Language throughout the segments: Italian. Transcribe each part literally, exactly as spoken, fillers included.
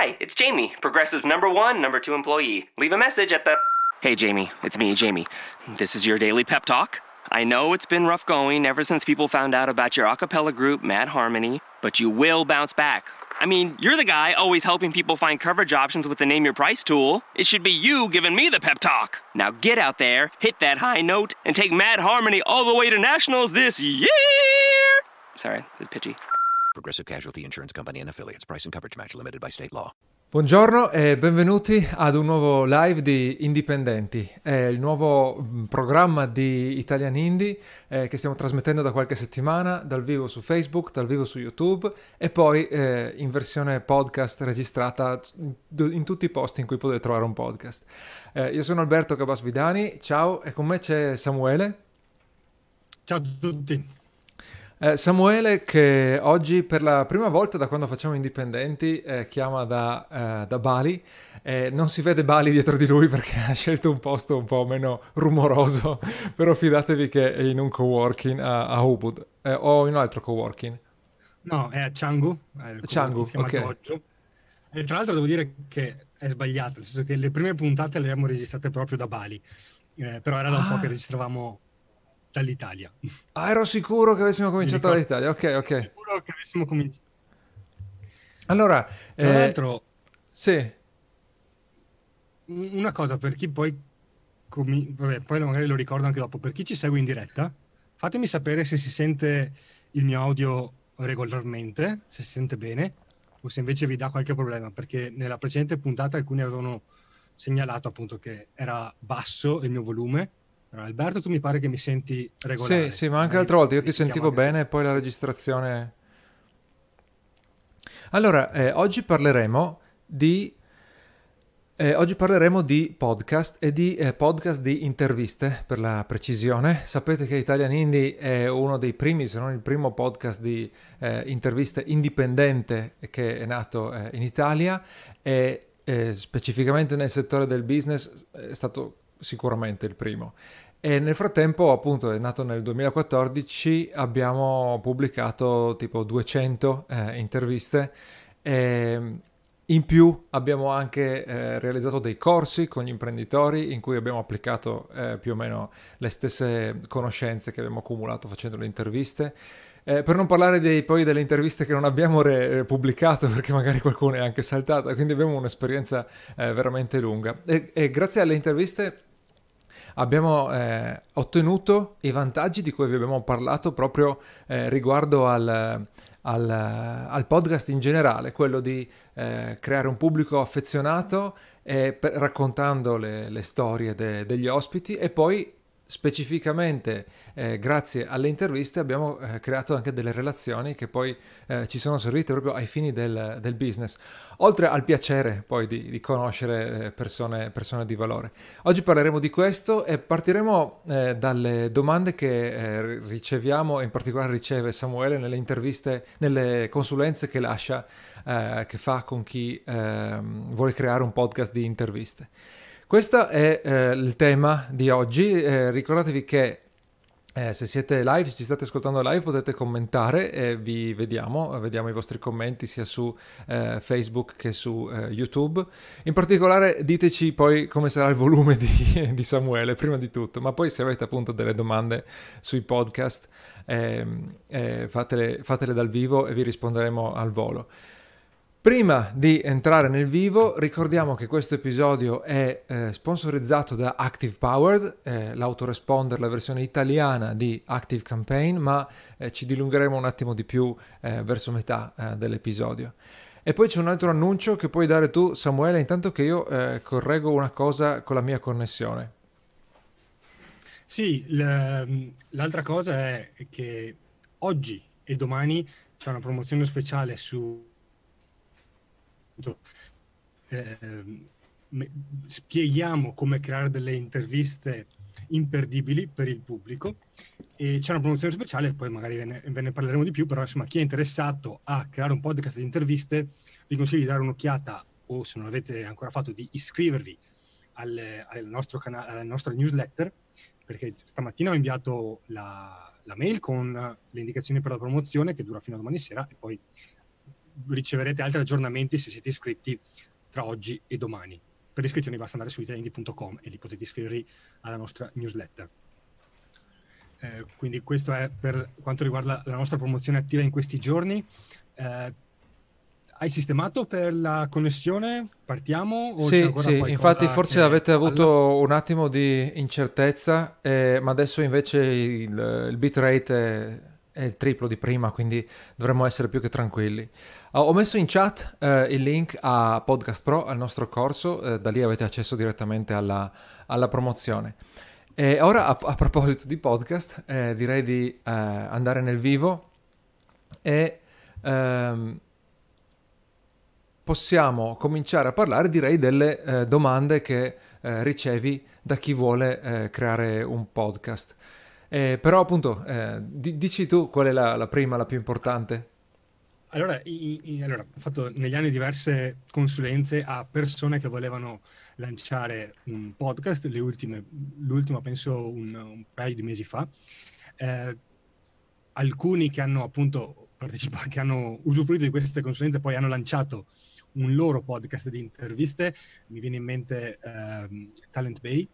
Hi, it's Jamie, Progressive's number one, number two employee. Leave a message at the... Hey, Jamie, it's me, Jamie. This is your daily pep talk. I know it's been rough going ever since people found out about your a cappella group, Mad Harmony, but you will bounce back. I mean, you're the guy always helping people find coverage options with the Name Your Price tool. It should be you giving me the pep talk. Now get out there, hit that high note, and take Mad Harmony all the way to nationals this year! Sorry, it's pitchy. Progressive Casualty Insurance Company and Affiliates. Price and coverage match limited by state law. Buongiorno e benvenuti ad un nuovo live di Indipendenti. È il nuovo programma di Italian Indie eh, che stiamo trasmettendo da qualche settimana dal vivo su Facebook, dal vivo su YouTube e poi eh, in versione podcast registrata in tutti i posti in cui potete trovare un podcast. Eh, io sono Alberto Cabasvidani, ciao, e con me c'è Samuele. Ciao a tutti. Eh, Samuele, che oggi per la prima volta da quando facciamo Indipendenti eh, chiama da, eh, da Bali. Eh, non si vede Bali dietro di lui perché ha scelto un posto un po' meno rumoroso, però fidatevi che è in un coworking a, a Ubud eh, o in un altro coworking. No, è a Canggu, è Canggu, si chiama ok. Dojo. E tra l'altro devo dire che è sbagliato, nel senso che le prime puntate le abbiamo registrate proprio da Bali, eh, però era da un Ah. po' che registravamo dall'Italia. Ah, ero sicuro che avessimo cominciato Mi ricordo. dall'Italia, ok, ok. Sicuro che avessimo cominciato. Allora, Tra eh, l'altro, sì, un- una cosa per chi poi, comi- vabbè, poi magari lo ricordo anche dopo, per chi ci segue in diretta, fatemi sapere se si sente il mio audio regolarmente, se si sente bene, o se invece vi dà qualche problema, perché nella precedente puntata alcuni avevano segnalato appunto che era basso il mio volume. Allora, Alberto, tu mi pare che mi senti regolare. sì, sì, ma anche Magari l'altra volta io ti verifichiamo sentivo anche se- bene e poi la registrazione... Allora, eh, oggi parleremo di... eh, oggi parleremo di podcast e di eh, podcast di interviste, per la precisione. Sapete che Italian Indie è uno dei primi, se non il primo podcast di eh, interviste indipendente che è nato eh, in Italia e eh, specificamente nel settore del business è stato sicuramente il primo. E nel frattempo, appunto, è nato nel duemilaquattordici, abbiamo pubblicato tipo duecento eh, interviste e in più abbiamo anche eh, realizzato dei corsi con gli imprenditori in cui abbiamo applicato eh, più o meno le stesse conoscenze che abbiamo accumulato facendo le interviste. Eh, per non parlare dei, poi delle interviste che non abbiamo re- pubblicato perché magari qualcuno è anche saltata, quindi abbiamo un'esperienza eh, veramente lunga. E, e grazie alle interviste abbiamo eh, ottenuto i vantaggi di cui vi abbiamo parlato proprio eh, riguardo al, al, al podcast in generale, quello di eh, creare un pubblico affezionato eh, per- raccontando le, le storie de- degli ospiti e poi specificamente eh, grazie alle interviste abbiamo eh, creato anche delle relazioni che poi eh, ci sono servite proprio ai fini del, del business, oltre al piacere poi di, di conoscere eh, persone, persone di valore. Oggi parleremo di questo e partiremo eh, dalle domande che eh, riceviamo, in particolare riceve Samuele nelle interviste, nelle consulenze che lascia, eh, che fa con chi eh, vuole creare un podcast di interviste. Questo è eh, il tema di oggi. Eh, ricordatevi che eh, se siete live, se ci state ascoltando live, potete commentare e vi vediamo, vediamo i vostri commenti sia su eh, Facebook che su eh, YouTube. In particolare diteci poi come sarà il volume di, di Samuele, prima di tutto, ma poi se avete appunto delle domande sui podcast, eh, eh, fatele, fatele dal vivo e vi risponderemo al volo. Prima di entrare nel vivo, ricordiamo che questo episodio è eh, sponsorizzato da Active Powered, eh, l'autoresponder, la versione italiana di Active Campaign, ma eh, ci dilungheremo un attimo di più eh, verso metà eh, dell'episodio. E poi c'è un altro annuncio che puoi dare tu, Samuele, intanto che io eh, correggo una cosa con la mia connessione. Sì, l- l'altra cosa è che oggi e domani c'è una promozione speciale su eh, me- spieghiamo come creare delle interviste imperdibili per il pubblico e c'è una promozione speciale, poi magari ve ne, ve ne parleremo di più, però insomma chi è interessato a creare un podcast di interviste vi consiglio di dare un'occhiata o se non l'avete ancora fatto di iscrivervi al, al nostro canale, alla nostra newsletter, perché stamattina ho inviato la, la mail con le indicazioni per la promozione che dura fino a domani sera e poi riceverete altri aggiornamenti se siete iscritti tra oggi e domani. Per l'iscrizione basta andare su italianindi punto com e lì potete iscrivervi alla nostra newsletter. Eh, quindi questo è per quanto riguarda la nostra promozione attiva in questi giorni. Eh, hai sistemato per la connessione? Partiamo? O sì, sì, infatti forse avete avuto alla... un attimo di incertezza, eh, ma adesso invece il, il bitrate è, è il triplo di prima, quindi dovremmo essere più che tranquilli. Uh, ho messo in chat uh, il link a Podcast Pro, al nostro corso, uh, da lì avete accesso direttamente alla, alla promozione. E ora a, a proposito di podcast, eh, direi di uh, andare nel vivo e... Um, possiamo cominciare a parlare, direi, delle eh, domande che eh, ricevi da chi vuole eh, creare un podcast. Eh, però appunto, eh, di- dici tu qual è la, la prima, la più importante? Allora, i, i, allora, ho fatto negli anni diverse consulenze a persone che volevano lanciare un podcast, le ultime, l'ultima penso un, un paio di mesi fa. Eh, alcuni che hanno appunto partecipato, che hanno usufruito di queste consulenze poi hanno lanciato un loro podcast di interviste. Mi viene in mente uh, Talent Bay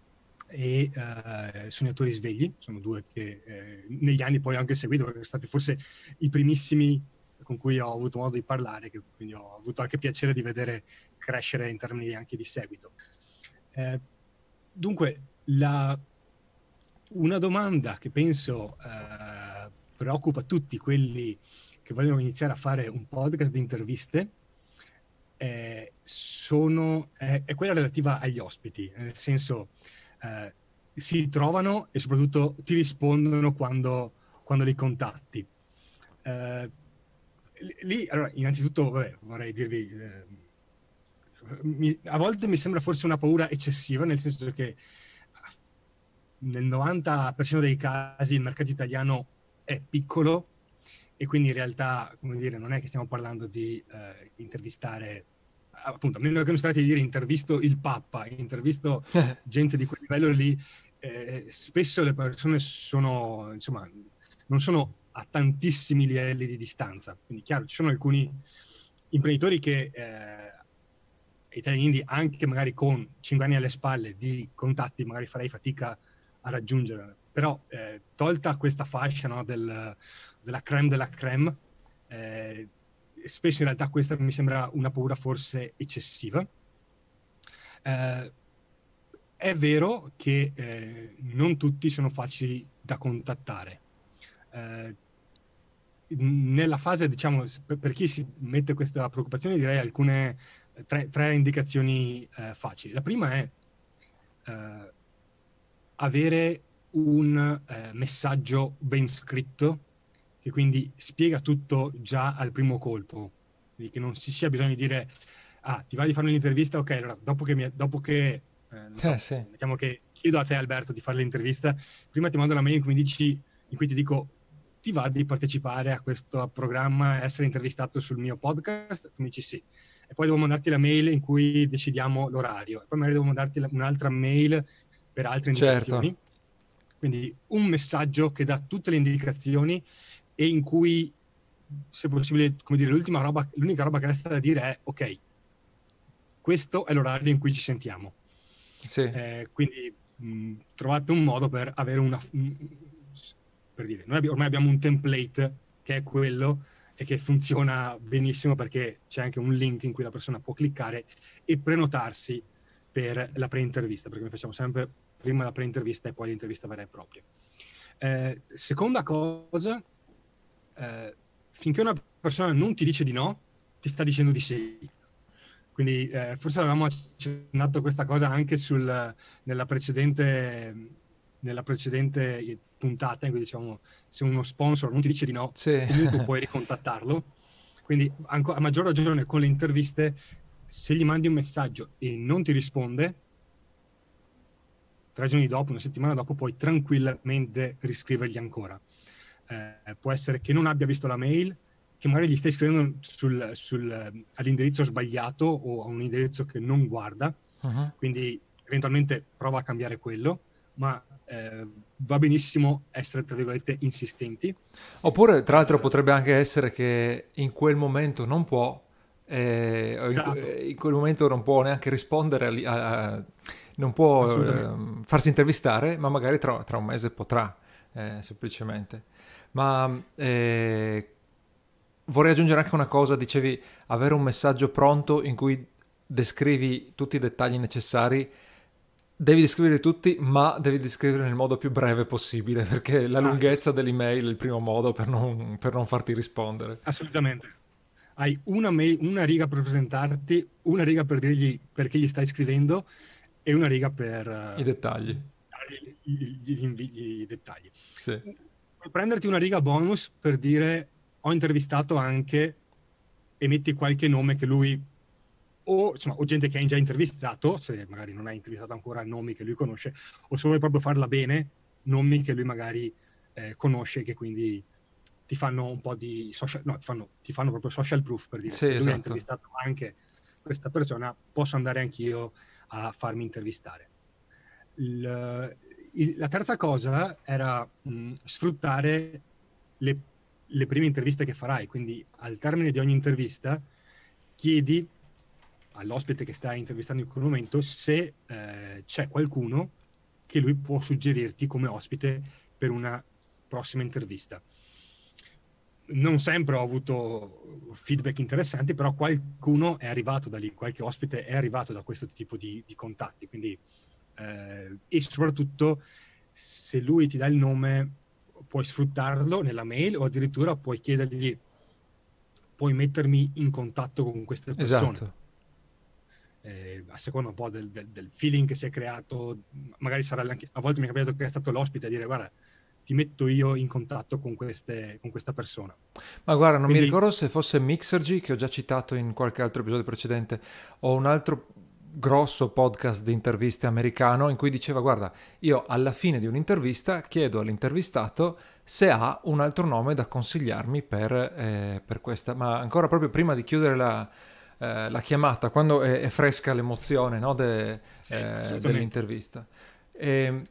e uh, Sognatori Svegli, sono due che eh, negli anni poi ho anche seguito, perché sono stati forse i primissimi con cui ho avuto modo di parlare, che quindi ho avuto anche piacere di vedere crescere in termini anche di seguito. Eh, dunque, la, una domanda che penso uh, preoccupa tutti quelli che vogliono iniziare a fare un podcast di interviste Eh, sono, è, è quella relativa agli ospiti, nel senso eh, si trovano e soprattutto ti rispondono quando, quando li contatti. Eh, lì, allora, innanzitutto vabbè, vorrei dirvi, eh, mi, a volte mi sembra forse una paura eccessiva, nel senso che nel novanta per cento dei casi il mercato italiano è piccolo, e quindi in realtà, come dire, non è che stiamo parlando di eh, intervistare, appunto, a meno che non si tratti di dire intervisto il Papa, intervisto gente di quel livello lì, eh, spesso le persone sono, insomma, non sono a tantissimi livelli di distanza. Quindi chiaro, ci sono alcuni imprenditori che, eh, italiani, anche magari con cinque anni alle spalle di contatti, magari farei fatica a raggiungere. Però, eh, tolta questa fascia, no, del... della crème della crème, eh, spesso in realtà questa mi sembra una paura forse eccessiva. Eh, è vero che eh, non tutti sono facili da contattare. Eh, nella fase, diciamo, per, per chi si mette questa preoccupazione, direi alcune tre, tre indicazioni eh, facili. La prima è eh, avere un eh, messaggio ben scritto, che quindi spiega tutto già al primo colpo, quindi che non si sia bisogno di dire ah, ti va di fare un'intervista, ok, allora dopo che, mi, dopo che eh, non so, eh, sì. mettiamo che chiedo a te Alberto di fare l'intervista, prima ti mando una mail in cui, mi dici, in cui ti dico ti va di partecipare a questo programma, essere intervistato sul mio podcast, tu mi dici sì, e poi devo mandarti la mail in cui decidiamo l'orario, e poi magari devo mandarti un'altra mail per altre indicazioni. Certo. Quindi un messaggio che dà tutte le indicazioni e in cui, se possibile, come dire, l'ultima roba, l'unica roba che resta da dire è ok, questo è l'orario in cui ci sentiamo. Sì. Eh, quindi mh, trovate un modo per avere una... Mh, per dire, noi ormai abbiamo un template che è quello e che funziona benissimo, perché c'è anche un link in cui la persona può cliccare e prenotarsi per la pre-intervista, perché noi facciamo sempre prima la pre-intervista e poi l'intervista vera e propria. Eh, seconda cosa, eh, finché una persona non ti dice di no, ti sta dicendo di sì. Quindi eh, forse avevamo accennato questa cosa anche sul, nella precedente, nella precedente puntata, in cui diciamo, se uno sponsor non ti dice di no, sì. comunque puoi ricontattarlo. Quindi anco, a maggior ragione con le interviste, se gli mandi un messaggio e non ti risponde, tre giorni dopo, una settimana dopo, puoi tranquillamente riscrivergli ancora. Eh, può essere che non abbia visto la mail, che magari gli stai scrivendo sul, sul, all'indirizzo sbagliato o a un indirizzo che non guarda, uh-huh. Quindi eventualmente prova a cambiare quello, ma eh, va benissimo essere, tra virgolette, insistenti. Oppure, tra l'altro, potrebbe anche essere che in quel momento non può, eh, o in, Esatto, in quel momento non può neanche rispondere, a, a- a- non può assolutamente. ehm, farsi intervistare, ma magari tra, tra un mese potrà, eh, semplicemente. Ma eh, vorrei aggiungere anche una cosa, dicevi avere un messaggio pronto in cui descrivi tutti i dettagli necessari. Devi descriverli tutti, ma devi descriverli nel modo più breve possibile, perché la Ah, lunghezza giusto, dell'email è il primo modo per non, per non farti rispondere. assolutamente. Hai una, mail- una riga per presentarti, una riga per dirgli perché gli stai scrivendo e una riga per I eh, dettagli. dare gli, gli- gli invi- gli dettagli. Sì, Puoi prenderti una riga bonus per dire ho intervistato anche e metti qualche nome che lui o, insomma, o gente che hai già intervistato, se magari non hai intervistato ancora nomi che lui conosce, o se vuoi proprio farla bene, nomi che lui magari eh, conosce, che quindi ti fanno un po' di social, no, ti fanno, ti fanno proprio social proof per dire sì, se lui ha esatto. intervistato anche questa persona, posso andare anch'io a farmi intervistare. Il- il- la terza cosa era mh, sfruttare le, le prime interviste che farai, quindi al termine di ogni intervista chiedi all'ospite che stai intervistando in quel momento se eh, c'è qualcuno che lui può suggerirti come ospite per una prossima intervista. Non sempre ho avuto feedback interessanti, però qualcuno è arrivato da lì, qualche ospite è arrivato da questo tipo di, di contatti, quindi eh, e soprattutto se lui ti dà il nome puoi sfruttarlo nella mail o addirittura puoi chiedergli puoi mettermi in contatto con queste persone. Esatto. Eh, a seconda un po' del, del, del feeling che si è creato, magari sarà anche, a volte mi è capitato che è stato l'ospite a dire guarda ti metto io in contatto con, queste, con questa persona. Ma guarda, non mi Quindi ricordo se fosse Mixergy, che ho già citato in qualche altro episodio precedente, o un altro grosso podcast di interviste americano in cui diceva, guarda, io alla fine di un'intervista chiedo all'intervistato se ha un altro nome da consigliarmi per, eh, per questa, ma ancora proprio prima di chiudere la, eh, la chiamata, quando è, è fresca l'emozione, no, de- sì, eh, assolutamente. dell'intervista. E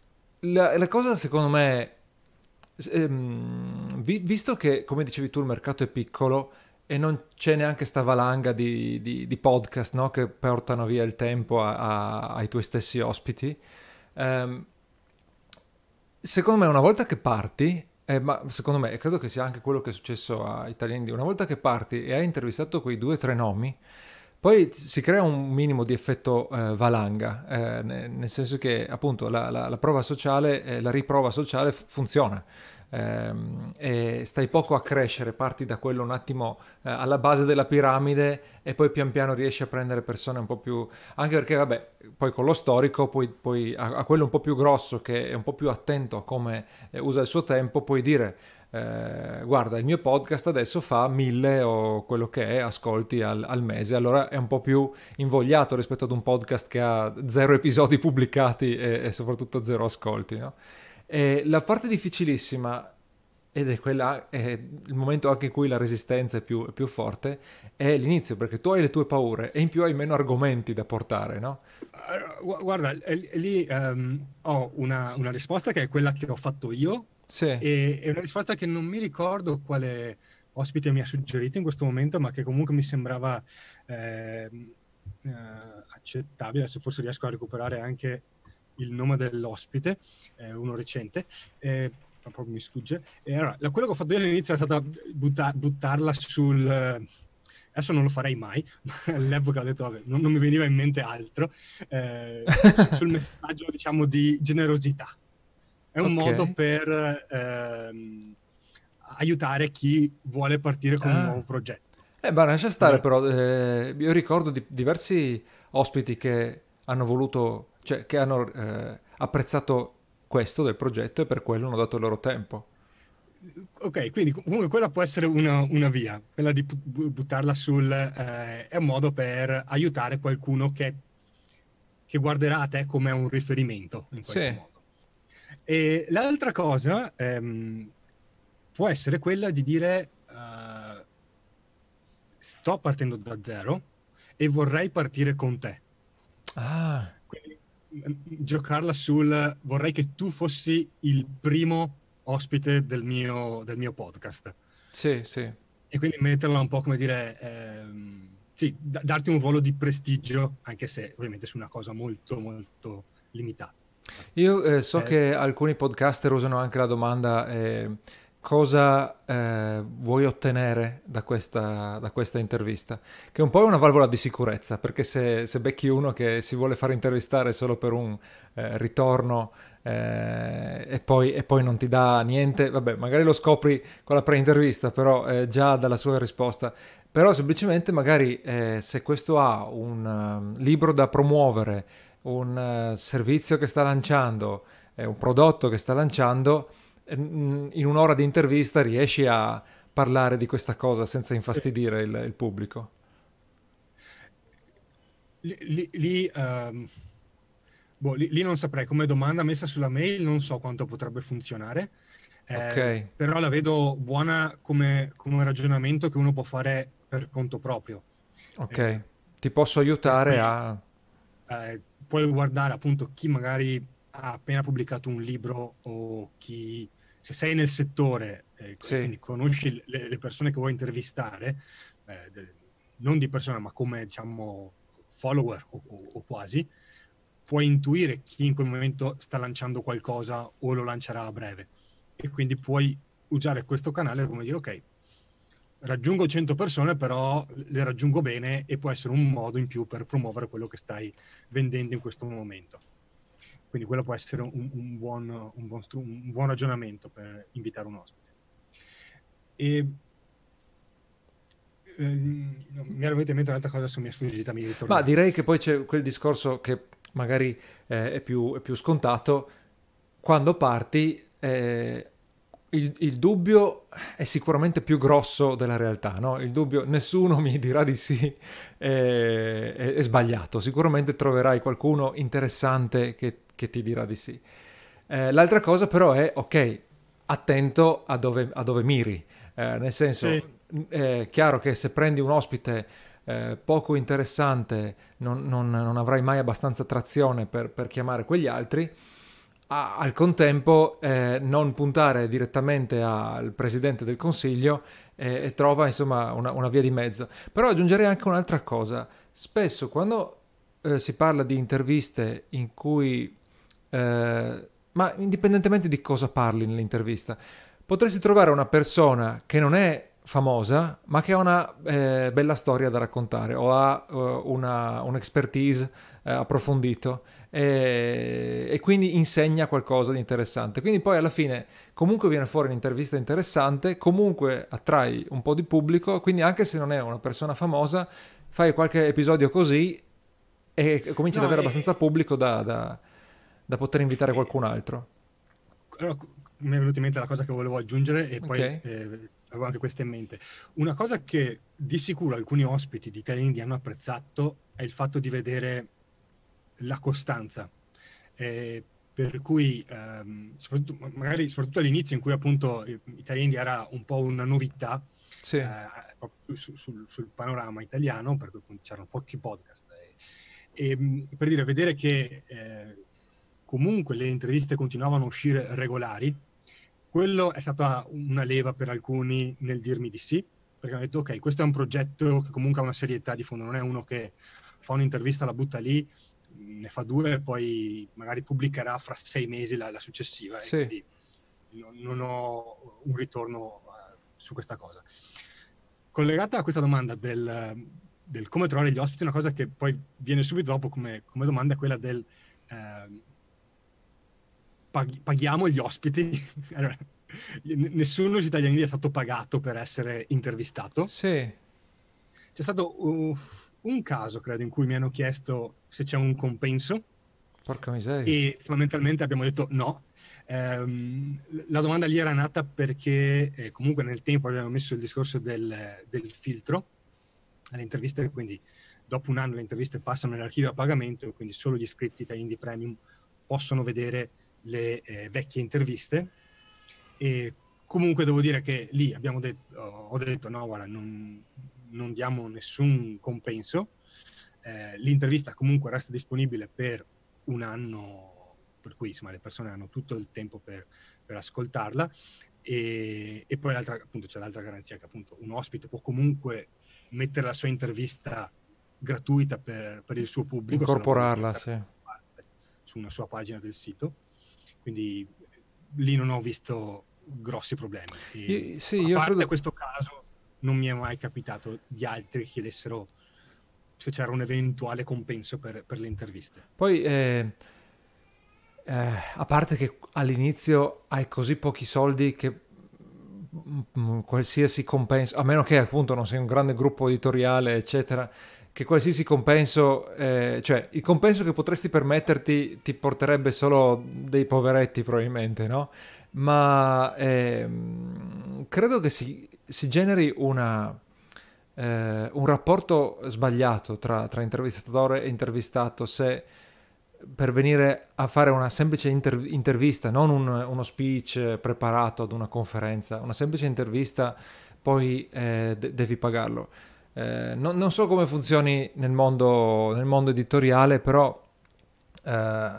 la, la cosa secondo me, s- ehm, vi- visto che, come dicevi tu, il mercato è piccolo e non c'è neanche sta valanga di, di- di podcast, no, che portano via il tempo a- a- ai tuoi stessi ospiti, ehm, secondo me una volta che parti, eh, ma secondo me, e credo che sia anche quello che è successo a Italiani, una volta che parti e hai intervistato quei due o tre nomi, poi si crea un minimo di effetto eh, valanga, eh, ne- nel senso che appunto la, la- la prova sociale, eh, la riprova sociale f- funziona. Ehm, e stai poco a crescere, parti da quello un attimo eh, alla base della piramide e poi pian piano riesci a prendere persone un po' più... Anche perché, vabbè, poi con lo storico, poi, poi a, a quello un po' più grosso che è un po' più attento a come eh, usa il suo tempo, puoi dire eh, guarda, il mio podcast adesso fa mille o quello che è ascolti al, al mese, allora è un po' più invogliato rispetto ad un podcast che ha zero episodi pubblicati e, e soprattutto zero ascolti, no? E la parte difficilissima, ed è quella, è il momento anche in cui la resistenza è più, è più forte, è l'inizio, perché tu hai le tue paure e in più hai meno argomenti da portare, no? Uh, gu- guarda, è- è lì ehm, ho una, una risposta che è quella che ho fatto io Sì, e è una risposta che non mi ricordo quale ospite mi ha suggerito in questo momento, ma che comunque mi sembrava ehm, eh, accettabile. Adesso forse riesco a recuperare anche il nome dell'ospite, eh, uno recente, eh, ma proprio mi sfugge. E allora, la- quello che ho fatto io all'inizio è stata butta- buttarla sul... eh, adesso non lo farei mai, ma all'epoca ho detto, vabbè, non, non mi veniva in mente altro, eh, su- sul messaggio, diciamo, di generosità. È un modo ok. per ehm, aiutare chi vuole partire con un Ah. nuovo progetto. Eh, beh, lascia stare Magari- però, eh, io ricordo di diversi ospiti che hanno voluto, cioè che hanno eh, apprezzato questo del progetto e per quello hanno dato il loro tempo. Ok, quindi comunque quella può essere una, una via, quella di bu- buttarla sul... eh, è un modo per aiutare qualcuno che, che guarderà a te come un riferimento, in qualche Sì. modo. E l'altra cosa ehm, può essere quella di dire eh, sto partendo da zero e vorrei partire con te. Ah, Quindi giocarla sul vorrei che tu fossi il primo ospite del mio, del mio podcast. Sì, sì. E quindi metterla un po' come dire, ehm, sì, d- darti un ruolo di prestigio, anche se ovviamente su una cosa molto, molto limitata. Io eh, so Eh, che alcuni podcaster usano anche la domanda eh, cosa eh, vuoi ottenere da questa, da questa intervista, che un po' è una valvola di sicurezza, perché se, se becchi uno che si vuole fare intervistare solo per un eh, ritorno eh, e poi, e poi non ti dà niente, vabbè, magari lo scopri con la pre-intervista, però eh, già dalla sua risposta. Però semplicemente magari eh, se questo ha un um, libro da promuovere, un eh, servizio che sta lanciando, eh, un prodotto che sta lanciando, eh, in un'ora di intervista riesci a parlare di questa cosa senza infastidire il, il pubblico. lì, lì, lì, ehm, boh, lì- lì non saprei, come domanda messa sulla mail non so quanto potrebbe funzionare, eh, Ok, però la vedo buona come, come ragionamento che uno può fare per conto proprio. ok. Eh, Ti posso per aiutare cui a... eh, puoi guardare appunto chi magari ha appena pubblicato un libro o chi, se sei nel settore eh, e Sì, quindi conosci le, le persone che vuoi intervistare, eh, de- non di persona ma come diciamo follower o, o- o quasi, puoi intuire chi in quel momento sta lanciando qualcosa o lo lancerà a breve e quindi puoi usare questo canale come dire ok, raggiungo cento persone, però le raggiungo bene e può essere un modo in più per promuovere quello che stai vendendo in questo momento. Quindi quello può essere un, un, buon, un, buon, stru- un buon ragionamento per invitare un ospite. E ehm, mi era venuta in mente un'altra cosa, adesso mi è sfuggita, mi ma ritornerà. direi che poi c'è quel discorso che magari eh, è più, è più scontato. Quando parti, eh, il, il dubbio è sicuramente più grosso della realtà, no? Il dubbio, nessuno mi dirà di sì, è, è- è sbagliato. Sicuramente troverai qualcuno interessante che, che ti dirà di sì. Eh, l'altra cosa però è, ok, attento a dove, a dove miri. Eh, nel Sì, senso, è chiaro che se prendi un ospite eh, poco interessante non, non- non avrai mai abbastanza trazione per, per chiamare quegli altri. A- al contempo, eh, non puntare direttamente al presidente del consiglio eh, e trova insomma una, una via di mezzo. Però aggiungerei anche un'altra cosa. Spesso quando eh, si parla di interviste in cui, eh, ma indipendentemente di cosa parli nell'intervista, potresti trovare una persona che non è famosa, ma che ha una eh, bella storia da raccontare o ha eh, una, un'expertise eh, approfondito e, e quindi insegna qualcosa di interessante. Quindi poi alla fine comunque viene fuori un'intervista interessante, comunque attrai un po' di pubblico, quindi anche se non è una persona famosa, fai qualche episodio così e cominci ad no, avere e, abbastanza pubblico da, da- da poter invitare e- qualcun altro. allora, mi è venuta in mente la cosa che volevo aggiungere e Ok? poi eh, avevo anche questa in mente. Una cosa che di sicuro alcuni ospiti di Italia Indie hanno apprezzato è il fatto di vedere la costanza. Eh, per cui, ehm, soprattutto, magari soprattutto all'inizio in cui appunto Italia Indie era un po' una novità Sì, eh, proprio su- sul, sul panorama italiano, per cui c'erano pochi podcast. E, e, per dire, vedere che eh, comunque le interviste continuavano a uscire regolari, quello è stata una leva per alcuni nel dirmi di sì, perché hanno detto ok, questo è un progetto che comunque ha una serietà di fondo, non è uno che fa un'intervista, la butta lì, ne fa due e poi magari pubblicherà fra sei mesi la, la successiva e sì. quindi non, non ho un ritorno uh, su questa cosa. Collegata a questa domanda del, del come trovare gli ospiti, una cosa che poi viene subito dopo come, come domanda è quella del eh, pag- paghiamo gli ospiti. Allora, nessuno sugli italiani è stato pagato per essere intervistato. Sì, C'è stato uh, un caso, credo, in cui mi hanno chiesto se c'è un compenso porca miseria. e fondamentalmente abbiamo detto no. Ehm, la domanda lì era nata perché eh, comunque nel tempo abbiamo messo il discorso del, del filtro alle interviste, quindi dopo un anno le interviste passano nell'archivio a pagamento e quindi solo gli iscritti a Indie Premium possono vedere le eh, vecchie interviste. E comunque devo dire che lì abbiamo detto, ho detto no, guarda, non, non diamo nessun compenso. Eh, l'intervista comunque resta disponibile per un anno, per cui insomma le persone hanno tutto il tempo per, per ascoltarla. E, e poi l'altra, appunto, c'è l'altra garanzia che appunto un ospite può comunque mettere la sua intervista gratuita per, per il suo pubblico, incorporarla, sì, su una sua pagina del sito, quindi lì non ho visto grossi problemi. E io, sì, a io parte credo... questo caso non mi è mai capitato di altri che chiedessero se c'era un eventuale compenso per, per le interviste. Poi eh, eh, a parte che all'inizio hai così pochi soldi che mm, qualsiasi compenso, a meno che appunto non sei un grande gruppo editoriale, eccetera, che qualsiasi compenso, eh, cioè il compenso che potresti permetterti ti porterebbe solo dei poveretti probabilmente, no? Ma ehm, credo che si, si generi una, eh, un rapporto sbagliato tra, tra intervistatore e intervistato se per venire a fare una semplice inter- intervista, non un- uno speech preparato ad una conferenza, una semplice intervista, poi eh, de- devi pagarlo. Eh, non, non so come funzioni nel mondo, nel mondo editoriale, però eh,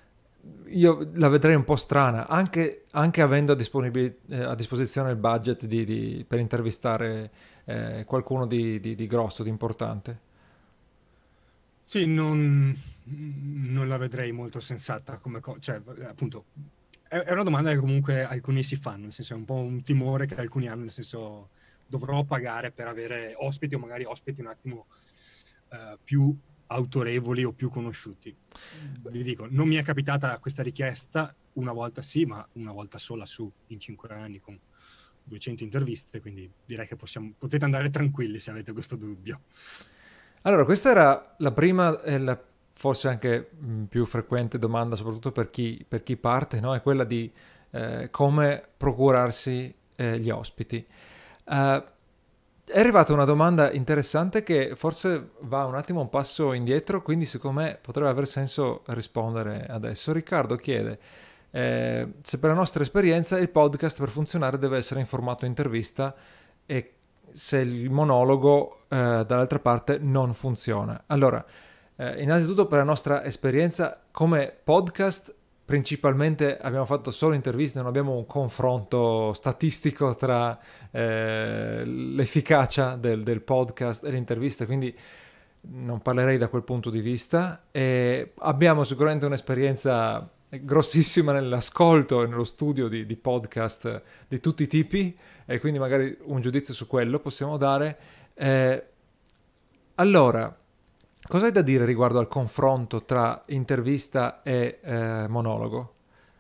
io la vedrei un po' strana, anche, anche avendo a, disponibili- eh, a disposizione il budget di- di- per intervistare eh, qualcuno di, di- di grosso, di importante. Sì, non, non la vedrei molto sensata come cosa, cioè appunto è, è una domanda che comunque alcuni si fanno, nel senso è un po' un timore che alcuni hanno, nel senso dovrò pagare per avere ospiti o magari ospiti un attimo eh, più autorevoli o più conosciuti. Vi dico, non mi è capitata questa richiesta, una volta sì, ma una volta sola su in cinque anni con duecento interviste, quindi direi che possiamo, potete andare tranquilli se avete questo dubbio. Allora, questa era la prima e la forse anche mh, più frequente domanda, soprattutto per chi, per chi parte, no? È quella di eh, come procurarsi eh, gli ospiti. Eh, è arrivata una domanda interessante che forse va un attimo un passo indietro, quindi secondo me potrebbe aver senso rispondere adesso. Riccardo chiede eh, se per la nostra esperienza il podcast per funzionare deve essere in formato intervista e se il monologo eh, dall'altra parte non funziona. Allora, eh, innanzitutto per la nostra esperienza come podcast principalmente abbiamo fatto solo interviste, non abbiamo un confronto statistico tra eh, l'efficacia del, del podcast e l'intervista, quindi non parlerei da quel punto di vista. E abbiamo sicuramente un'esperienza grossissima nell'ascolto e nello studio di, di podcast di tutti i tipi, e quindi magari un giudizio su quello possiamo dare. Eh, allora, cosa hai da dire riguardo al confronto tra intervista e eh, monologo?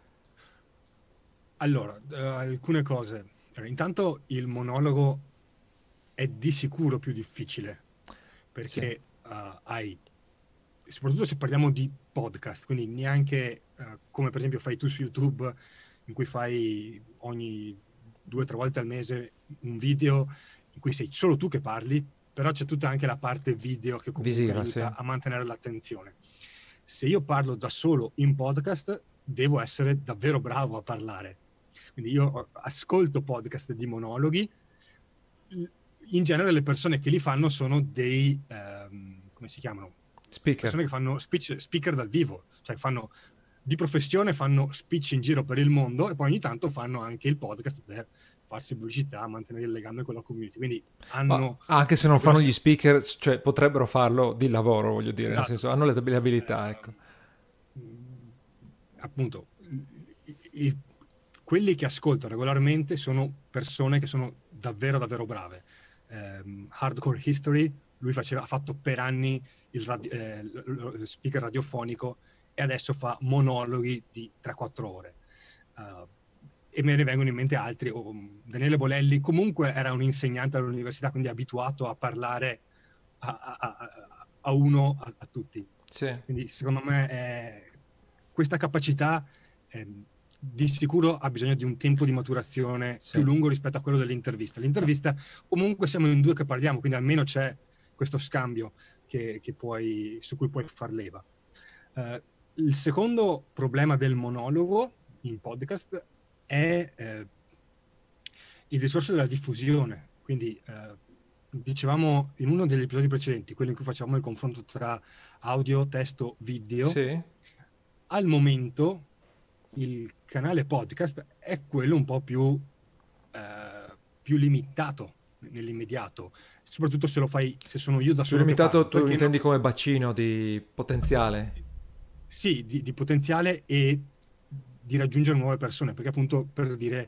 Allora, eh, alcune cose. Allora, intanto il monologo è di sicuro più difficile Sì, perché eh, hai, soprattutto se parliamo di podcast, quindi neanche eh, come per esempio fai tu su YouTube, in cui fai ogni due o tre volte al mese un video in cui sei solo tu che parli, però c'è tutta anche la parte video che comunque visiva, aiuta sì. a mantenere l'attenzione. Se io parlo da solo in podcast, devo essere davvero bravo a parlare. Quindi io ascolto podcast di monologhi. In genere le persone che li fanno sono dei, ehm, come si chiamano? Speaker. Persone che fanno speech, speaker dal vivo, cioè fanno di professione, fanno speech in giro per il mondo e poi ogni tanto fanno anche il podcast per farsi pubblicità, mantenere il legame con la community. Quindi hanno... Ma anche se non fanno grossi... gli speaker, cioè potrebbero farlo di lavoro, voglio dire, nel Esatto. senso hanno le le abilità, Eh, ecco. appunto, i- i- quelli che ascolto regolarmente sono persone che sono davvero davvero brave. Ehm, Hardcore History, lui faceva, ha fatto per anni il, radi- eh, lo lo speaker radiofonico e adesso fa monologhi di tre quattro ore. Uh, e me ne vengono in mente altri. Oh, Daniele Bolelli comunque era un insegnante all'università, quindi abituato a parlare a, a- a- a uno, a, a tutti. Sì. Quindi secondo me è- questa capacità ehm, di sicuro ha bisogno di un tempo di maturazione Sì. più lungo rispetto a quello dell'intervista. L'intervista comunque siamo in due che parliamo, quindi almeno c'è questo scambio che, che puoi, su cui puoi far leva. Eh, il secondo problema del monologo in podcast è eh, il discorso della diffusione. Quindi eh, dicevamo in uno degli episodi precedenti, quello in cui facevamo il confronto tra audio, testo, video, Sì. al momento il canale podcast è quello un po' più, eh, più limitato nell'immediato, soprattutto se lo fai, se sono io da Più solo che limitato parlo, tu intendi no, come bacino di potenziale? sì, di, di potenziale e di raggiungere nuove persone, perché appunto, per dire,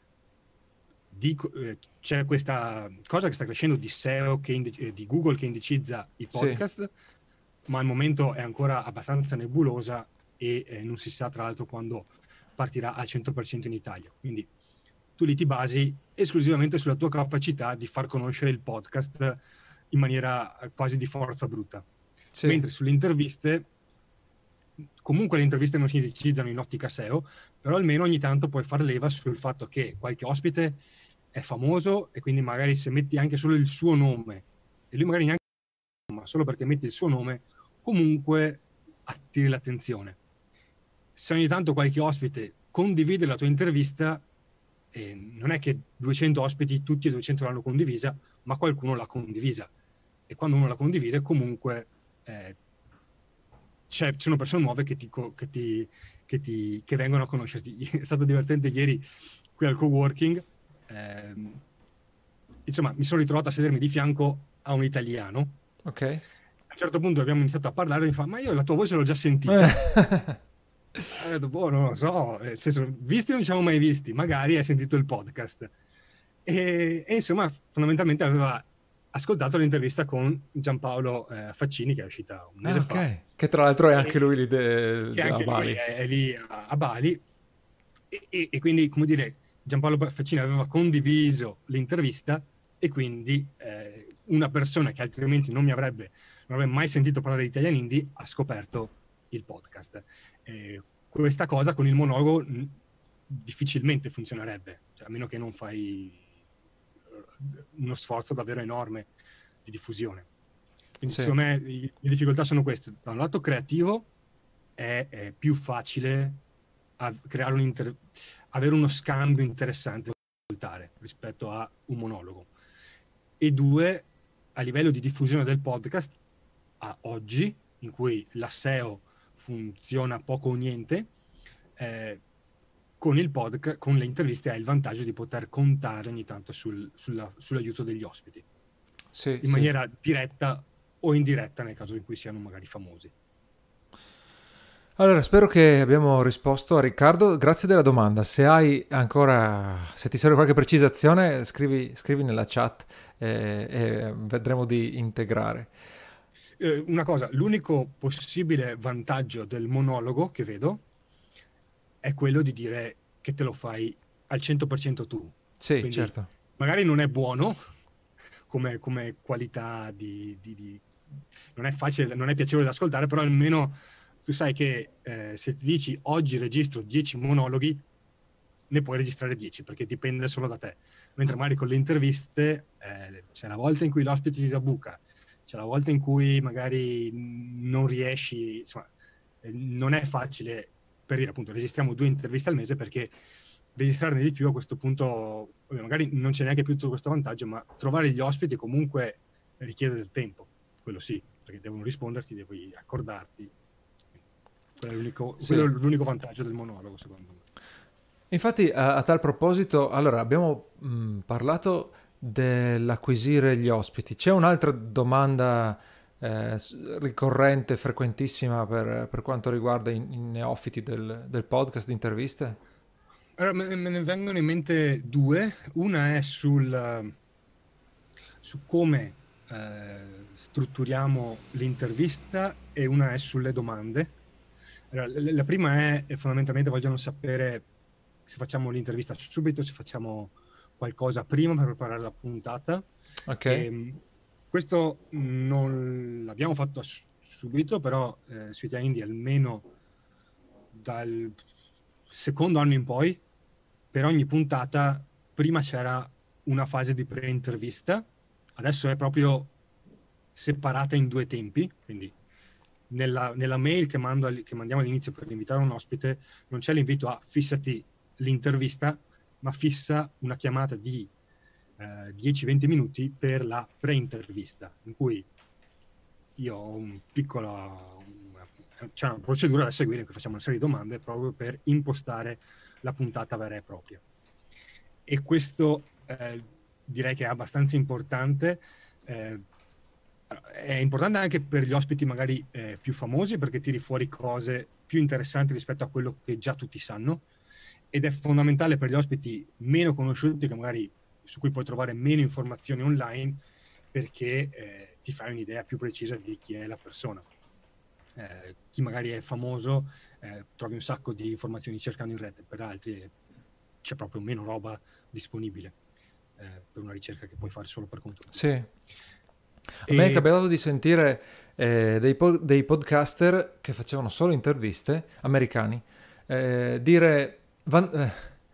dico, eh, c'è questa cosa che sta crescendo di S E O, che indi- eh, di Google, che indicizza i Sì. podcast, ma al momento è ancora abbastanza nebulosa e eh, non si sa tra l'altro quando partirà al cento per cento in Italia. Quindi tu lì ti basi esclusivamente sulla tua capacità di far conoscere il podcast in maniera eh, quasi di forza bruta. Sì. Mentre sulle interviste, comunque le interviste non si indicizzano in ottica S E O, però almeno ogni tanto puoi far leva sul fatto che qualche ospite è famoso e quindi magari se metti anche solo il suo nome, e lui magari neanche, ma solo perché metti il suo nome, comunque attiri l'attenzione. Se ogni tanto qualche ospite condivide la tua intervista, eh, non è che duecento ospiti, tutti e duecento l'hanno condivisa, ma qualcuno l'ha condivisa. E quando uno la condivide, comunque eh, c'è, ci sono persone nuove che, ti, che, ti, che, ti, che vengono a conoscerti. È stato divertente ieri qui al coworking. Ehm, insomma, mi sono ritrovato a sedermi di fianco a un italiano. Ok. A un certo punto abbiamo iniziato a parlare e mi fa: ma io la tua voce l'ho già sentita. Ho detto, boh, non lo so, nel senso, visti non ci siamo mai visti, magari hai sentito il podcast. E, e insomma, fondamentalmente aveva ascoltato l'intervista con Giampaolo eh, Faccini, che è uscita un mese Ah, fa. ok. Che tra l'altro è anche E, lui lì de, che de, anche a Bali. lui è, è lì a, a Bali. E, e, e quindi, come dire, Giampaolo Faccini aveva condiviso l'intervista e quindi eh, una persona che altrimenti non mi avrebbe, non avrebbe mai sentito parlare di Italian Indie ha scoperto il podcast. Eh, questa cosa con il monologo mh, difficilmente funzionerebbe, cioè, a meno che non fai uno sforzo davvero enorme di diffusione. Quindi Sì. secondo me le difficoltà sono queste. Da un lato creativo è, è più facile a creare un inter... avere uno scambio interessante da ascoltare rispetto a un monologo. E due, a livello di diffusione del podcast, a oggi, in cui la S E O funziona poco o niente, eh, con il podcast, con le interviste hai il vantaggio di poter contare ogni tanto sul, sulla, sull'aiuto degli ospiti, Sì, in sì. maniera diretta o indiretta nel caso in cui siano magari famosi. Allora, spero che abbiamo risposto a Riccardo. Grazie della domanda. Se hai ancora, se ti serve qualche precisazione, scrivi, scrivi nella chat e, e vedremo di integrare. Eh, una cosa, l'unico possibile vantaggio del monologo che vedo è quello di dire che te lo fai al cento per cento tu. Sì, Quindi certo. magari non è buono come, come qualità di, di, di... non è facile, non è piacevole da ascoltare, però almeno tu sai che eh, se ti dici oggi registro dieci monologhi, ne puoi registrare dieci, perché dipende solo da te. Mentre magari con le interviste eh, c'è la volta in cui l'ospite ti dà buca, c'è la volta in cui magari non riesci, insomma, eh, non è facile, per dire appunto, registriamo due interviste al mese, perché registrarne di più a questo punto, magari non c'è neanche più tutto questo vantaggio, ma trovare gli ospiti comunque richiede del tempo, quello sì, perché devono risponderti, devi accordarti. Quello è l'unico, Sì. quello è l'unico vantaggio del monologo, secondo me. Infatti, a, a tal proposito, allora abbiamo mh, parlato dell'acquisire gli ospiti. C'è un'altra domanda eh, ricorrente, frequentissima per, per quanto riguarda i, i neofiti del, del podcast di interviste? Allora, me, me ne vengono in mente due. Una è sul, su come eh, strutturiamo l'intervista e una è sulle domande. Allora, la, la prima è, è fondamentalmente vogliono sapere se facciamo l'intervista subito, se facciamo qualcosa prima per preparare la puntata. Ok. E, questo non l'abbiamo fatto subito, però eh, su Italian Indie almeno dal secondo anno in poi, per ogni puntata prima c'era una fase di pre-intervista, adesso è proprio separata in due tempi, quindi nella, nella mail che, mando, che mandiamo all'inizio per invitare un ospite non c'è l'invito a fissati l'intervista, ma fissa una chiamata di eh, dieci venti minuti per la pre-intervista, in cui io ho un piccolo, un, c'è una procedura da seguire in cui facciamo una serie di domande proprio per impostare la puntata vera e propria. E questo eh, direi che è abbastanza importante. Eh, è importante anche per gli ospiti magari eh, più famosi, perché tiri fuori cose più interessanti rispetto a quello che già tutti sanno, ed è fondamentale per gli ospiti meno conosciuti, che magari su cui puoi trovare meno informazioni online, perché eh, ti fai un'idea più precisa di chi è la persona. Eh, chi magari è famoso eh, trovi un sacco di informazioni cercando in rete, per altri eh, c'è proprio meno roba disponibile eh, per una ricerca che puoi fare solo per conto. Sì. A me è capitato di sentire eh, dei, po- dei podcaster che facevano solo interviste, americani, eh, dire, van- eh,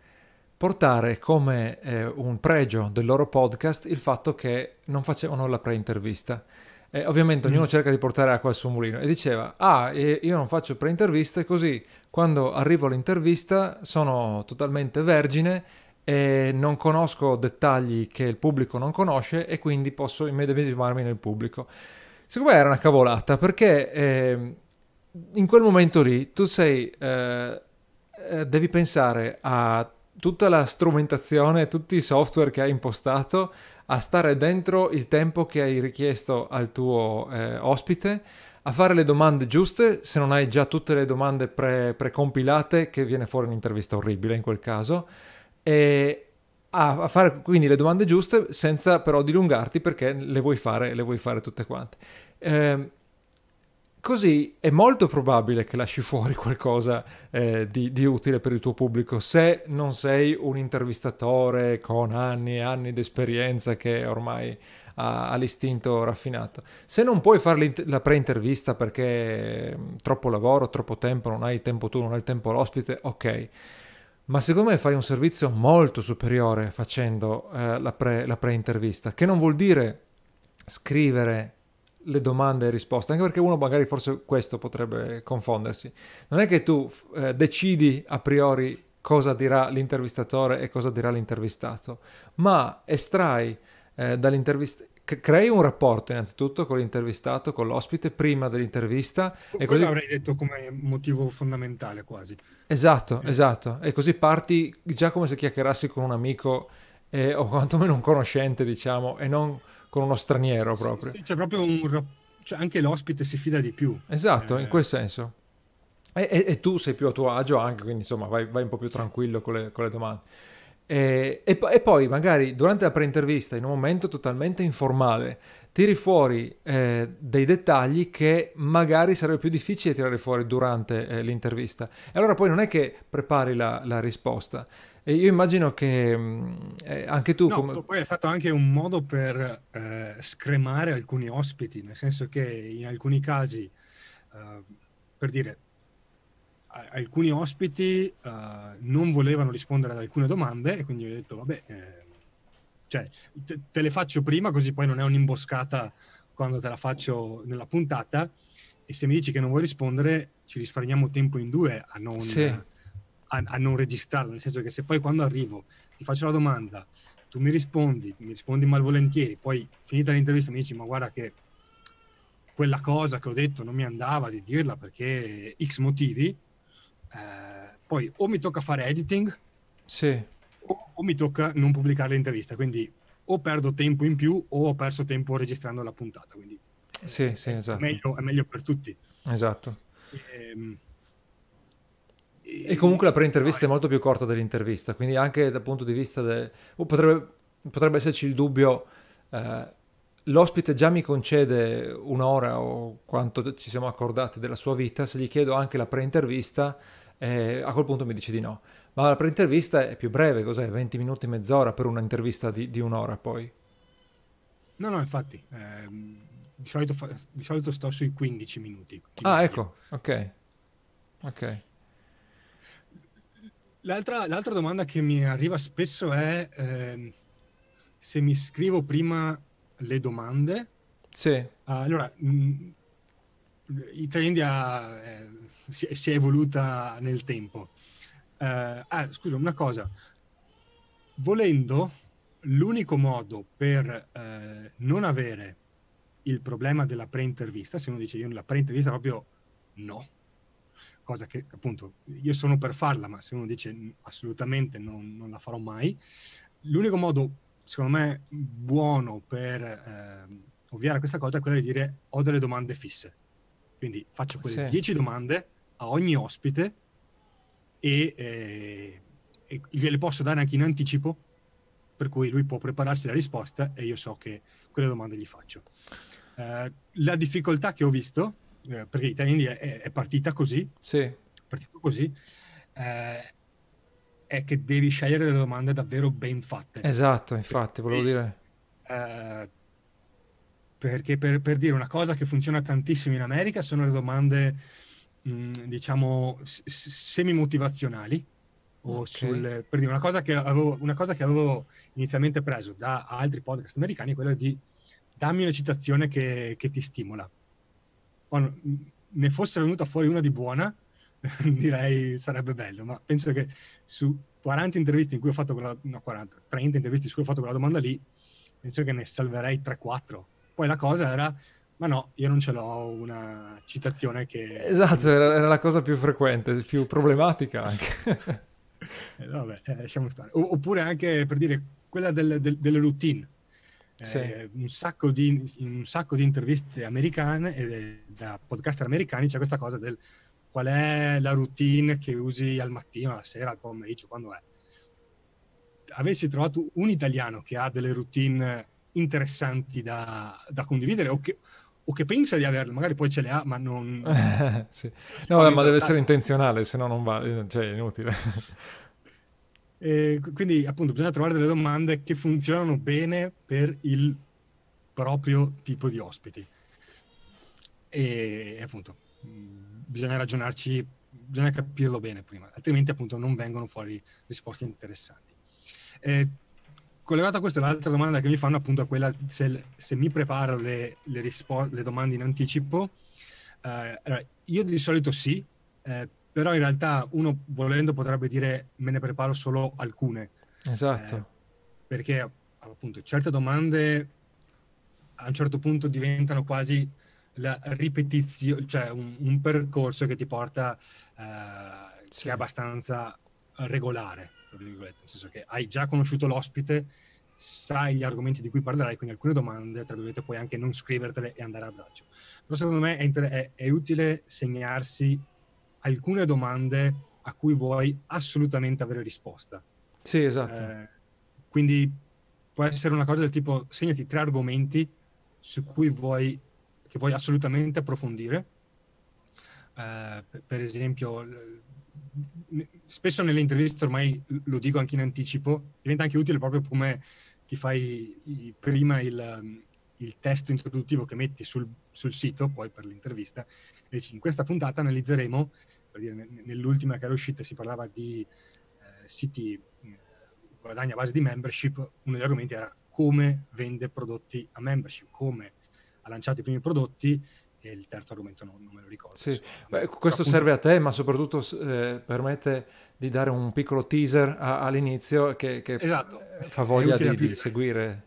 portare come eh, un pregio del loro podcast il fatto che non facevano la pre-intervista. Eh, ovviamente ognuno Mm. cerca di portare acqua al suo mulino, e diceva, ah, eh, io non faccio pre-interviste, così quando arrivo all'intervista sono totalmente vergine e non conosco dettagli che il pubblico non conosce, e quindi posso immedesimarmi nel pubblico. Secondo me era una cavolata, perché eh, in quel momento lì tu sei, eh, eh, devi pensare a tutta la strumentazione, tutti i software che hai impostato, a stare dentro il tempo che hai richiesto al tuo eh, ospite, a fare le domande giuste, se non hai già tutte le domande pre- precompilate, che viene fuori un'intervista orribile in quel caso, e a, a fare quindi le domande giuste senza però dilungarti, perché le vuoi fare, le vuoi fare tutte quante. Eh, così è molto probabile che lasci fuori qualcosa eh, di, di utile per il tuo pubblico, se non sei un intervistatore con anni e anni di esperienza che ormai ha, ha l'istinto raffinato. Se non puoi fare la pre-intervista perché troppo lavoro, troppo tempo, non hai il tempo tu, non hai il tempo l'ospite, ok. Ma secondo me fai un servizio molto superiore facendo eh, la, pre, la pre-intervista, che non vuol dire scrivere le domande e risposte, anche perché uno magari forse questo potrebbe confondersi. Non è che tu eh, decidi a priori cosa dirà l'intervistatore e cosa dirà l'intervistato, ma estrai eh, dall'intervista, crei un rapporto innanzitutto con l'intervistato, con l'ospite prima dell'intervista, e Quello così... avrei detto come motivo fondamentale quasi. Esatto, Eh, esatto. E così parti già come se chiacchierassi con un amico eh, o quantomeno un conoscente, diciamo, e non con uno straniero sì, proprio. sì, c'è proprio un... rap- cioè anche l'ospite si fida di più. Esatto, in Eh, quel senso. E, e- e tu sei più a tuo agio anche, quindi insomma vai, vai un po' più sì. tranquillo con le, con le domande. E, e po- e poi magari durante la pre-intervista, in un momento totalmente informale, tiri fuori eh, dei dettagli che magari sarebbe più difficile tirare fuori durante eh, l'intervista. E allora poi non è che prepari la, la risposta. E io immagino che mh, eh, anche tu No, come... poi è stato anche un modo per eh, scremare alcuni ospiti, nel senso che in alcuni casi, eh, per dire, a- alcuni ospiti eh, non volevano rispondere ad alcune domande, e quindi ho detto, vabbè, eh, cioè, te, te le faccio prima, così poi non è un'imboscata quando te la faccio nella puntata, e se mi dici che non vuoi rispondere, ci risparmiamo tempo in due a non, Sì, a, a non registrarlo, nel senso che se poi quando arrivo ti faccio la domanda, tu mi rispondi, mi rispondi malvolentieri, poi finita l'intervista mi dici, ma guarda che quella cosa che ho detto non mi andava di dirla perché X motivi, eh, poi o mi tocca fare editing sì, o, o mi tocca non pubblicare l'intervista, quindi o perdo tempo in più o ho perso tempo registrando la puntata, quindi sì, sì, è, è esatto, meglio, è meglio per tutti. esatto. Ehm, E comunque la e- pre-intervista è molto più corta dell'intervista, quindi anche dal punto di vista de... o potrebbe, potrebbe esserci il dubbio, eh, l'ospite già mi concede un'ora o quanto ci siamo accordati della sua vita, se gli chiedo anche la pre-intervista, eh, a quel punto mi dice di no. Ma la pre-intervista è più breve, cos'è? venti minuti, mezz'ora per un'intervista di, di un'ora poi. No, no, infatti, ehm, di solito, fa- di solito sto sui quindici minuti di Ah, media. ecco, ok, ok. L'altra, l'altra domanda che mi arriva spesso è ehm, se mi scrivo prima le domande. Sì, Allora, mh, Italia eh, si, è si è evoluta nel tempo. Eh, ah, scusa, una cosa. Volendo, l'unico modo per eh, non avere il problema della pre-intervista, se uno dice io nella pre-intervista proprio no, cosa che appunto io sono per farla, ma se uno dice assolutamente non, non la farò mai, l'unico modo secondo me buono per eh, ovviare a questa cosa è quello di dire ho delle domande fisse, quindi faccio quelle Sì. dieci domande a ogni ospite e, eh, e gliele posso dare anche in anticipo, per cui lui può prepararsi la risposta e io so che quelle domande gli faccio. Uh, la difficoltà che ho visto, eh, perché Italiani è, è partita così, Sì. è partito così, eh, è che devi scegliere delle domande davvero ben fatte. Esatto, infatti, volevo e, dire. Uh, perché per, per dire una cosa che funziona tantissimo in America sono le domande, mh, diciamo, s- semi-motivazionali, o Ok. sul, per dire una cosa che avevo, una cosa che avevo inizialmente preso da altri podcast americani, è quella di dammi una citazione che, che ti stimola. Quando ne fosse venuta fuori una di buona, direi sarebbe bello, ma penso che su quaranta interviste in cui ho fatto quella, no quaranta, trenta interviste su cui ho fatto quella domanda lì, penso che ne salverei tre quattro. Poi la cosa era, ma no, io non ce l'ho una citazione che... Esatto, che era, era la cosa più frequente, più problematica anche. eh, vabbè, eh, lasciamo stare. O, oppure anche, per dire, quella del, del, delle routine. Sì. Eh, un, sacco di, in un sacco di interviste americane e da podcaster americani c'è questa cosa del qual è la routine che usi al mattino, alla sera, al pomeriggio, quando è. Avessi trovato un italiano che ha delle routine interessanti da, da condividere o che, o che pensa di averle, magari poi ce le ha, ma non... Sì. No, beh, ma deve essere intenzionale, se no non va, cioè è inutile. E quindi appunto bisogna trovare delle domande che funzionano bene per il proprio tipo di ospiti e appunto mh, bisogna ragionarci, bisogna capirlo bene prima, altrimenti appunto non vengono fuori risposte interessanti. E, collegato a questo, l'altra domanda che mi fanno appunto è quella se, se mi preparo le, le, rispo- le domande in anticipo. Eh, allora, io di solito sì, eh, però in realtà uno volendo potrebbe dire me ne preparo solo alcune. Esatto. Eh, perché appunto certe domande a un certo punto diventano quasi la ripetizione, cioè un, un percorso che ti porta, eh, Sì. che è abbastanza regolare, tra virgolette, nel senso che hai già conosciuto l'ospite, sai gli argomenti di cui parlerai, quindi alcune domande, tra virgolette, puoi anche non scrivertele e andare a braccio. Però secondo me è, inter- è, è utile segnarsi alcune domande a cui vuoi assolutamente avere risposta. Sì, esatto. Eh, quindi può essere una cosa del tipo segnati tre argomenti su cui vuoi che vuoi assolutamente approfondire. Eh, per, per esempio, l- spesso nelle interviste, ormai lo dico anche in anticipo, diventa anche utile proprio come ti fai i- prima il, il testo introduttivo che metti sul, sul sito, poi per l'intervista, e dici, in questa puntata analizzeremo, per dire, nell'ultima che era uscita si parlava di eh, siti eh, guadagni a base di membership, uno degli argomenti era come vende prodotti a membership, come ha lanciato i primi prodotti, e il terzo argomento non, non me lo ricordo. Sì. Adesso. Beh, questo appunto, serve a te, ma soprattutto eh, permette di dare un piccolo teaser a- all'inizio che, che esatto, fa è voglia utile a di, più di livelli. seguire.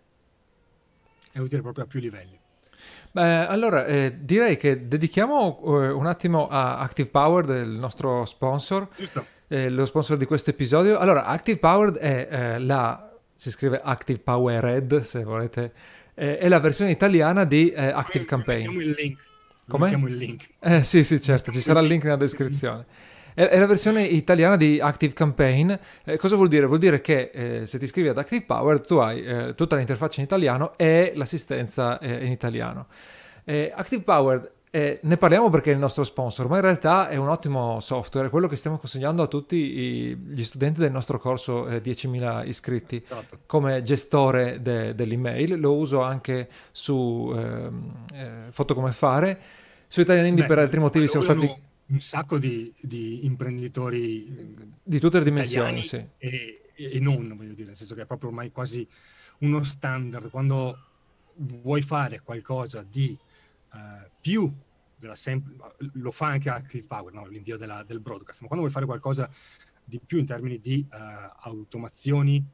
È utile proprio a più livelli. Beh, allora, eh, direi che dedichiamo eh, un attimo a Active Powered, il nostro sponsor, Giusto. eh, lo sponsor di questo episodio. Allora, Active Powered è eh, la, si scrive Active Powered, se volete, eh, è la versione italiana di eh, Active Campaign. Mettiamo il link. Come? Mettiamo il link. Eh sì, sì, certo, ci sarà il link nella descrizione. È, è la versione italiana di Active Campaign. Eh, cosa vuol dire? Vuol dire che eh, se ti iscrivi ad Active Power tu hai eh, tutta l'interfaccia in italiano e l'assistenza eh, in italiano. Eh, Active Power, eh, ne parliamo perché è il nostro sponsor, ma in realtà è un ottimo software, è quello che stiamo consigliando a tutti i, gli studenti del nostro corso eh, diecimila iscritti Esatto. come gestore de, dell'email. Lo uso anche su ehm, eh, Foto Come Fare. Su Italian Indie Beh, per altri motivi lo siamo usano stati un sacco di, di imprenditori di tutte le dimensioni, italiani sì. e, e non, voglio dire, nel senso che è proprio ormai quasi uno standard. Quando vuoi fare qualcosa di uh, più della sem- lo fa anche Active Power, no? L'invio della, del broadcast, ma quando vuoi fare qualcosa di più in termini di uh, automazioni,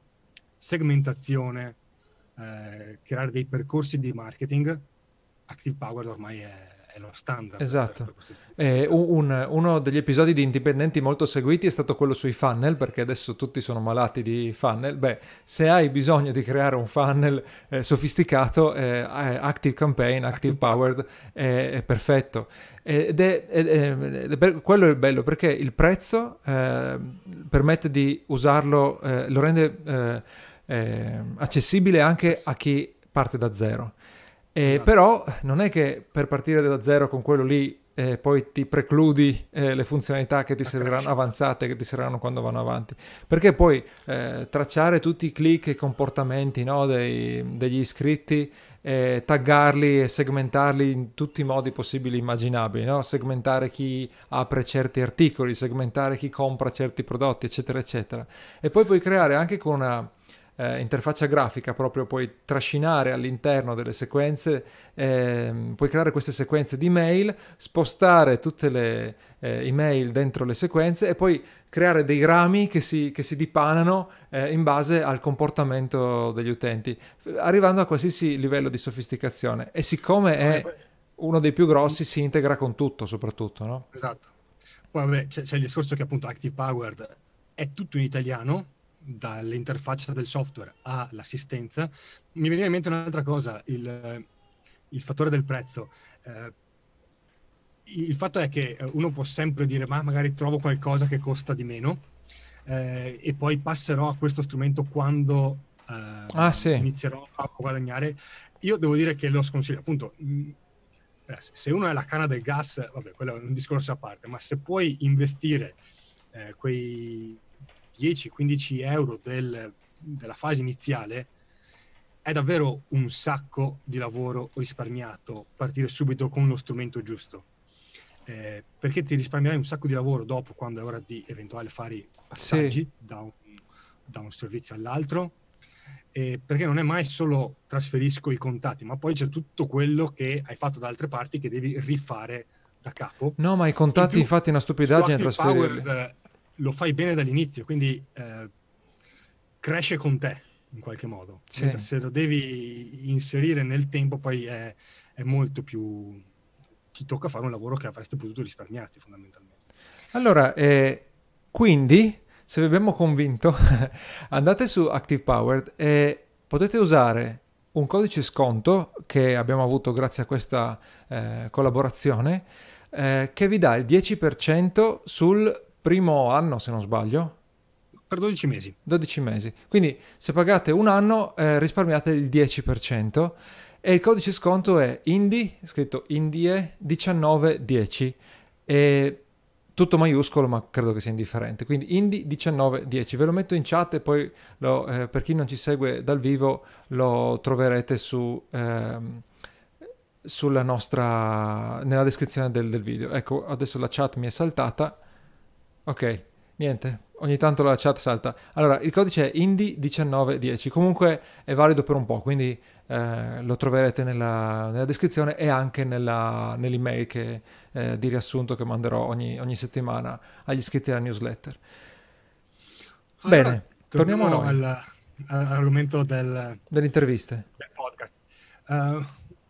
segmentazione, uh, creare dei percorsi di marketing, Active Power ormai è, è lo standard. Esatto. Per, per Eh, un, uno degli episodi di Indipendenti molto seguiti è stato quello sui funnel, perché adesso tutti sono malati di funnel. Beh, se hai bisogno di creare un funnel eh, sofisticato, eh, Active Campaign, Active Powered è, è perfetto. Ed è, ed è, ed è, quello è il bello, perché il prezzo eh, permette di usarlo, eh, lo rende eh, eh, accessibile anche a chi parte da zero. Eh, Esatto. Però non è che per partire da zero con quello lì eh, poi ti precludi eh, le funzionalità che ti La serviranno crescita. avanzate, che ti serviranno quando vanno avanti. Perché poi eh, tracciare tutti i click e i comportamenti, no, dei- degli iscritti, eh, taggarli e segmentarli in tutti i modi possibili e immaginabili, no? Segmentare chi apre certi articoli, segmentare chi compra certi prodotti, eccetera, eccetera. E poi puoi creare anche con una eh, interfaccia grafica, proprio puoi trascinare all'interno delle sequenze, ehm, puoi creare queste sequenze di mail, spostare tutte le eh, email dentro le sequenze e poi creare dei rami che si, che si dipanano eh, in base al comportamento degli utenti, arrivando a qualsiasi livello di sofisticazione. E siccome Vabbè, è poi- uno dei più grossi, si integra con tutto, soprattutto, no? Esatto. Poi vabbè, c'è, c'è il discorso che appunto Active Powered è tutto in italiano, dall'interfaccia del software all'assistenza. Mi veniva in mente un'altra cosa, il, il fattore del prezzo. Eh, il fatto è che uno può sempre dire, ma magari trovo qualcosa che costa di meno, eh, e poi passerò a questo strumento quando eh, Ah, sì. inizierò a guadagnare. Io devo dire che lo sconsiglio, appunto. mh, eh, Se uno è la canna del gas, vabbè, quello è un discorso a parte, ma se puoi investire eh, quei dieci quindici euro del- della fase iniziale, è davvero un sacco di lavoro risparmiato partire subito con lo strumento giusto. Eh, perché ti risparmierai un sacco di lavoro dopo, quando è ora di eventuali fare passaggi Sì. da un, da un servizio all'altro, eh, perché non è mai solo trasferisco i contatti, ma poi c'è tutto quello che hai fatto da altre parti che devi rifare da capo. No, ma i In contatti, più, infatti, è una su stupidaggine Active trasferirli. Powered eh, lo fai bene dall'inizio, quindi eh, cresce con te in qualche modo. Sì. Mentre se lo devi inserire nel tempo, poi è, è molto più... ti tocca fare un lavoro che avresti potuto risparmiarti fondamentalmente. Allora, eh, quindi, se vi abbiamo convinto, andate su Active Powered e potete usare un codice sconto che abbiamo avuto grazie a questa eh, collaborazione, eh, che vi dà il dieci per cento sul primo anno, se non sbaglio. Per dodici mesi. dodici mesi. Quindi se pagate un anno eh, risparmiate il dieci per cento e il codice sconto è Indie, scritto Indie diciannove dieci, e tutto maiuscolo, ma credo che sia indifferente. Quindi Indie diciannove dieci. Ve lo metto in chat e poi lo, eh, per chi non ci segue dal vivo lo troverete su ehm, sulla nostra nella descrizione del, del video. Ecco, adesso la chat mi è saltata. Ok, niente, ogni tanto la chat salta. Allora, il codice è Indie diciannove dieci, comunque è valido per un po', quindi eh, lo troverete nella, nella descrizione e anche nella, nell'email che, eh, di riassunto che manderò ogni, ogni settimana agli iscritti alla newsletter. Allora, Bene, torniamo a noi, al- all'argomento del, delle interviste. del podcast. Uh,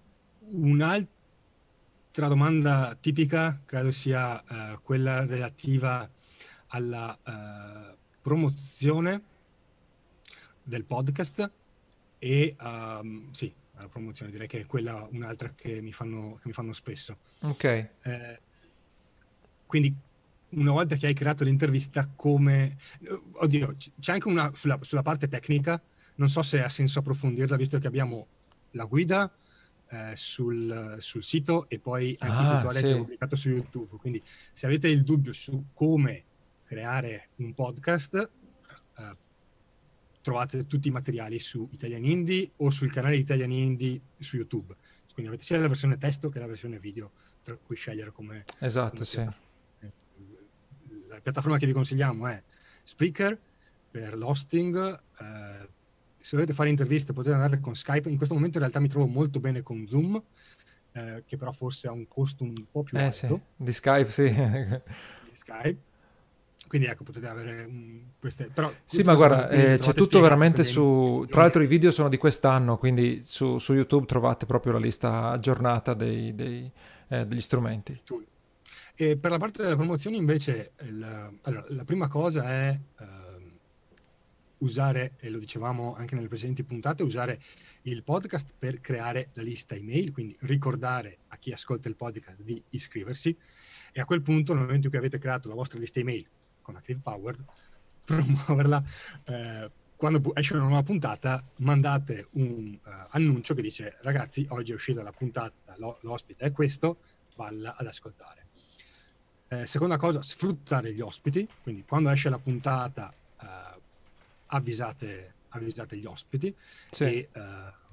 un'altra domanda tipica credo sia uh, quella relativa alla uh, promozione del podcast e um, sì, alla promozione, direi che è quella un'altra che mi fanno, che mi fanno spesso. Ok, Eh, quindi una volta che hai creato l'intervista, come... Oddio, c- c'è anche una sulla, sulla parte tecnica, non so se ha senso approfondirla, visto che abbiamo la guida eh, sul, sul sito e poi anche Ah, il tutorial sì. che abbiamo pubblicato su YouTube. Quindi se avete il dubbio su come creare un podcast, eh, trovate tutti i materiali su Italian Indie o sul canale Italian Indie su YouTube. Quindi avete sia la versione testo che la versione video, tra cui scegliere come... esatto, come sì. piattaforma. La piattaforma che vi consigliamo è Spreaker per l'hosting. Eh, se volete fare interviste potete andare con Skype. In questo momento in realtà mi trovo molto bene con Zoom, eh, che però forse ha un costo un po' più Eh alto sì, di Skype, sì. di Skype. Quindi ecco, potete avere um, queste... Però, sì, ma guarda, eh, c'è tutto veramente dei, su... dei Tra l'altro i video sono di quest'anno, quindi su, su YouTube trovate proprio la lista aggiornata dei, dei, eh, degli strumenti. tool. E per la parte delle promozioni invece, il, allora, la prima cosa è uh, usare, e lo dicevamo anche nelle precedenti puntate, usare il podcast per creare la lista email, quindi ricordare a chi ascolta il podcast di iscriversi, e a quel punto, nel momento in cui avete creato la vostra lista email con Active Powered, promuoverla, eh, quando esce una nuova puntata mandate un uh, annuncio che dice: ragazzi, oggi è uscita la puntata, l'ospite è questo, valla ad ascoltare. Eh, seconda cosa, sfruttare gli ospiti, quindi quando esce la puntata uh, avvisate, avvisate gli ospiti, sì. e, uh,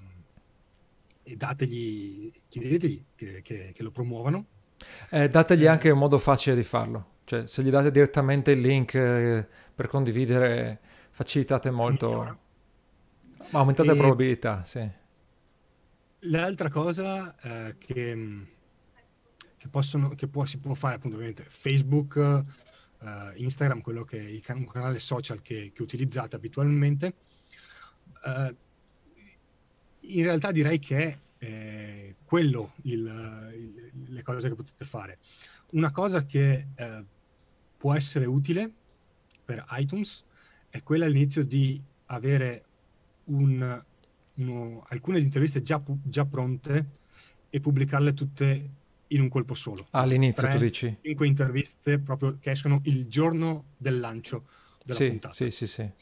e dategli, chiedetegli che, che, che lo promuovano. Eh, dategli eh, anche un modo facile di farlo, cioè se gli date direttamente il link eh, per condividere, facilitate molto, ma aumentate e le probabilità, sì. L'altra cosa eh, che, che, possono, che può, si può fare appunto ovviamente Facebook, eh, Instagram, quello che è il can- un canale social che, che utilizzate abitualmente, eh, in realtà direi che è eh, quello il, il, le cose che potete fare. Una cosa che eh, può essere utile per iTunes è quella all'inizio di avere un, uno, alcune interviste già, già pronte e pubblicarle tutte in un colpo solo. Ah, all'inizio tre, tu dici? cinque interviste proprio che escono il giorno del lancio della sì, puntata. Sì, sì, sì.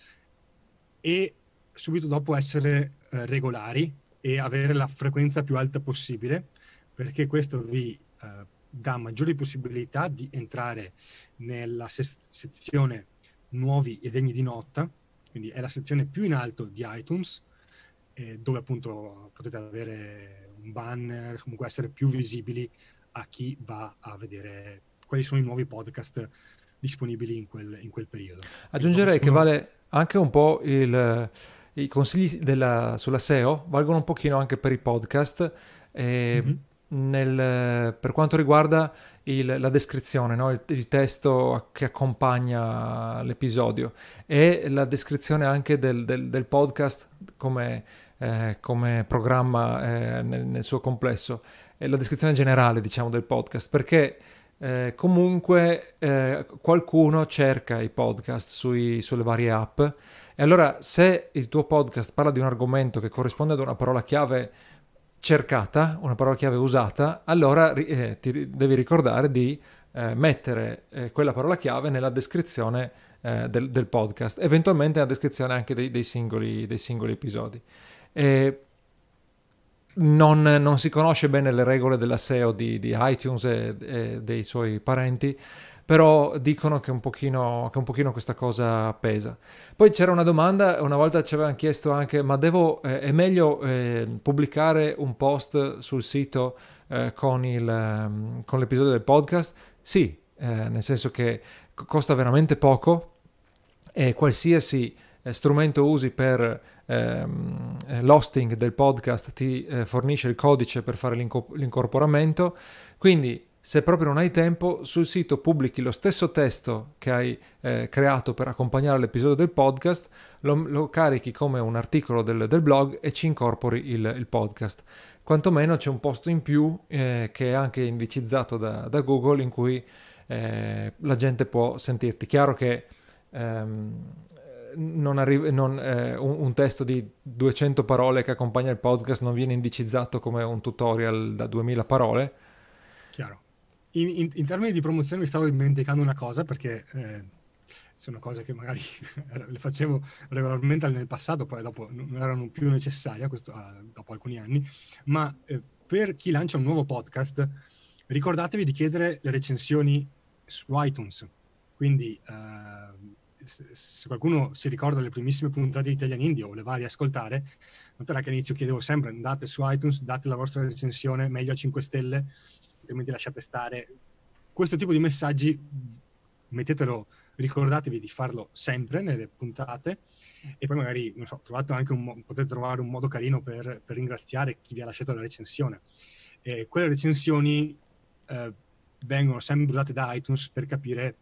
E subito dopo essere eh, regolari e avere la frequenza più alta possibile, perché questo vi eh, dà maggiori possibilità di entrare nella se- sezione nuovi e degni di nota, quindi è la sezione più in alto di iTunes, eh, dove appunto potete avere un banner, comunque essere più visibili a chi va a vedere quali sono i nuovi podcast disponibili in quel, in quel periodo. Aggiungerei sono... che vale anche un po' il... I consigli della, sulla S E O valgono un pochino anche per i podcast, eh, mm-hmm. nel, per quanto riguarda il, la descrizione, no? il, il testo che accompagna l'episodio e la descrizione anche del, del, del podcast come, eh, come programma eh, nel, nel suo complesso, e la descrizione generale, diciamo, del podcast, perché eh, comunque eh, qualcuno cerca i podcast sui, sulle varie app. E allora, se il tuo podcast parla di un argomento che corrisponde ad una parola chiave cercata, una parola chiave usata, allora eh, ti devi ricordare di eh, mettere eh, quella parola chiave nella descrizione eh, del, del podcast, eventualmente nella descrizione anche dei, dei, singoli, dei singoli episodi. E non, non si conosce bene le regole della S E O di, di iTunes e, e dei suoi parenti, però dicono che un pochino, che un pochino questa cosa pesa. Poi c'era una domanda, una volta ci avevano chiesto anche, ma devo, eh, è meglio eh, pubblicare un post sul sito eh, con, il, um, con l'episodio del podcast? Sì, eh, nel senso che costa veramente poco e qualsiasi eh, strumento usi per ehm, l'hosting del podcast ti eh, fornisce il codice per fare l'inco- l'incorporamento, quindi se proprio non hai tempo, sul sito pubblichi lo stesso testo che hai eh, creato per accompagnare l'episodio del podcast, lo, lo carichi come un articolo del, del blog e ci incorpori il, il podcast. Quantomeno c'è un posto in più eh, che è anche indicizzato da, da Google, in cui eh, la gente può sentirti. Chiaro che ehm, non arriva, non, eh, un, un testo di duecento parole che accompagna il podcast non viene indicizzato come un tutorial da duemila parole. Chiaro. In, in, in termini di promozione mi stavo dimenticando una cosa, perché eh, sono cose che magari le facevo regolarmente nel passato, poi dopo non erano più necessarie, questo, uh, dopo alcuni anni, ma eh, per chi lancia un nuovo podcast ricordatevi di chiedere le recensioni su iTunes. Quindi uh, se, se qualcuno si ricorda le primissime puntate di Italian Indie o le varie ascoltare, noterà che all'inizio chiedevo sempre: andate su iTunes, date la vostra recensione, meglio a cinque stelle, altrimenti lasciate stare. Questo tipo di messaggi mettetelo, ricordatevi di farlo sempre nelle puntate, e poi magari non so, trovate anche un, potete trovare un modo carino per, per ringraziare chi vi ha lasciato la recensione. Eh, quelle recensioni eh, vengono sempre usate da iTunes per capire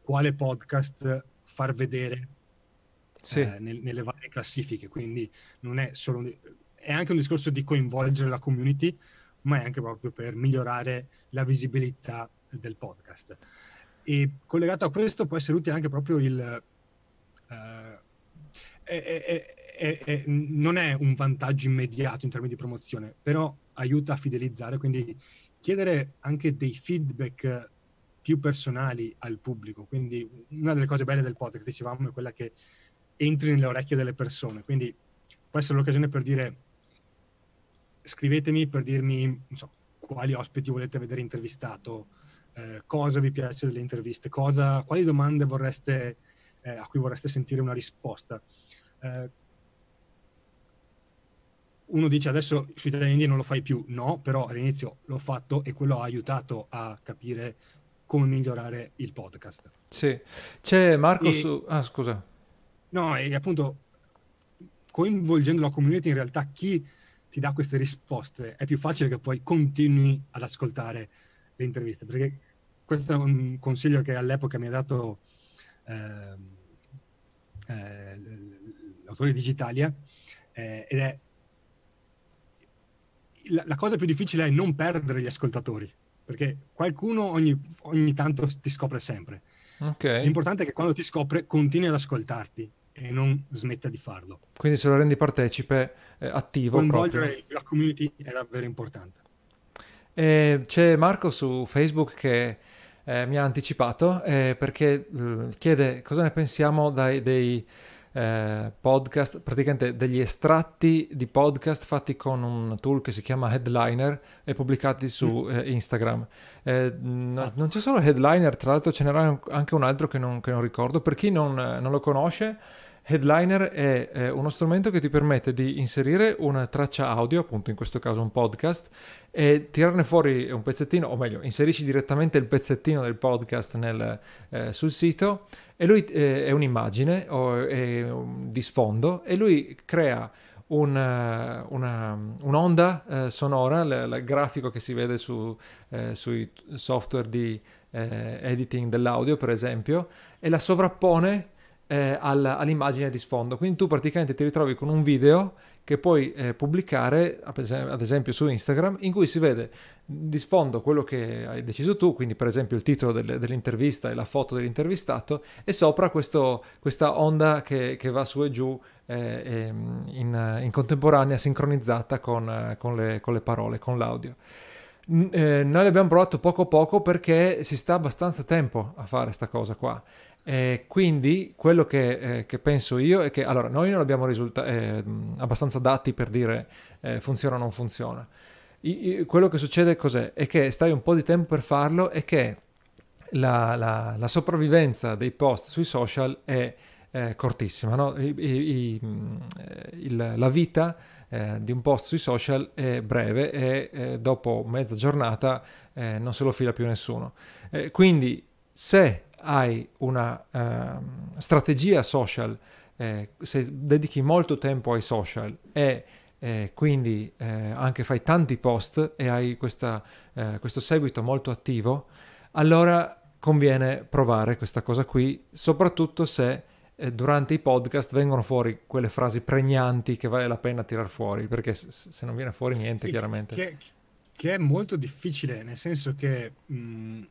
quale podcast far vedere Sì. eh, nel, nelle varie classifiche, quindi non è solo un, è anche un discorso di coinvolgere la community, ma è anche proprio per migliorare la visibilità del podcast. E collegato a questo può essere utile anche proprio il eh, è, è, è, è, non è un vantaggio immediato in termini di promozione, però aiuta a fidelizzare, quindi chiedere anche dei feedback più personali al pubblico. Quindi una delle cose belle del podcast, dicevamo, è quella che entri nelle orecchie delle persone, quindi può essere l'occasione per dire scrivetemi per dirmi, non so, quali ospiti volete vedere intervistato, eh, cosa vi piace delle interviste, cosa, quali domande vorreste eh, a cui vorreste sentire una risposta. Eh, uno dice adesso sui Italiani Indie non lo fai più, no, però all'inizio l'ho fatto e quello ha aiutato a capire come migliorare il podcast. Sì, c'è Marco e, su... Ah, scusa. No, e appunto coinvolgendo la community, in realtà chi ti dà queste risposte è più facile che poi continui ad ascoltare le interviste, perché questo è un consiglio che all'epoca mi ha dato eh, eh, l'autore di Digitalia, eh, ed è la, la cosa più difficile è non perdere gli ascoltatori, perché qualcuno ogni, ogni tanto ti scopre sempre. Okay. L'importante è che quando ti scopre continui ad ascoltarti e non smetta di farlo. Quindi se lo rendi partecipe eh, attivo coinvolgere proprio. la community è davvero importante. E c'è Marco su Facebook che eh, mi ha anticipato eh, perché eh, chiede cosa ne pensiamo dai, dei eh, podcast, praticamente degli estratti di podcast fatti con un tool che si chiama Headliner e pubblicati su eh, Instagram. Eh, no, non c'è solo Headliner, tra l'altro ce n'era anche un altro che non, che non ricordo. Per chi non, non lo conosce, Headliner è eh, uno strumento che ti permette di inserire una traccia audio, appunto in questo caso un podcast, e tirarne fuori un pezzettino, o meglio, inserisci direttamente il pezzettino del podcast nel, eh, sul sito, e lui eh, è un'immagine o è un, di sfondo, e lui crea un, una, un'onda eh, sonora, l- il grafico che si vede su, eh, sui software di eh, editing dell'audio, per esempio, e la sovrappone Eh, all'immagine di sfondo. Quindi tu praticamente ti ritrovi con un video che puoi eh, pubblicare ad esempio su Instagram, in cui si vede di sfondo quello che hai deciso tu, quindi per esempio il titolo del, dell'intervista e la foto dell'intervistato, e sopra questo, questa onda che, che va su e giù eh, in, in contemporanea, sincronizzata con, con, le, con le parole, con l'audio. Eh, noi l'abbiamo provato poco poco perché si sta abbastanza tempo a fare sta cosa qua. Eh, quindi quello che, eh, che penso io è che allora noi non abbiamo risulta- eh, abbastanza dati per dire eh, funziona o non funziona. I, i, quello che succede cos'è? È che stai un po' di tempo per farlo e che la, la, la sopravvivenza dei post sui social è eh, cortissima, no? I, i, il, la vita eh, di un post sui social è breve e eh, dopo mezza giornata eh, non se lo fila più nessuno. Eh, quindi se hai una uh, strategia social, eh, se dedichi molto tempo ai social e eh, quindi eh, anche fai tanti post e hai questa, eh, questo seguito molto attivo, allora conviene provare questa cosa qui, soprattutto se eh, durante i podcast vengono fuori quelle frasi pregnanti che vale la pena tirar fuori, perché se, se non viene fuori niente, sì, chiaramente. Che, che è molto difficile, nel senso che mh,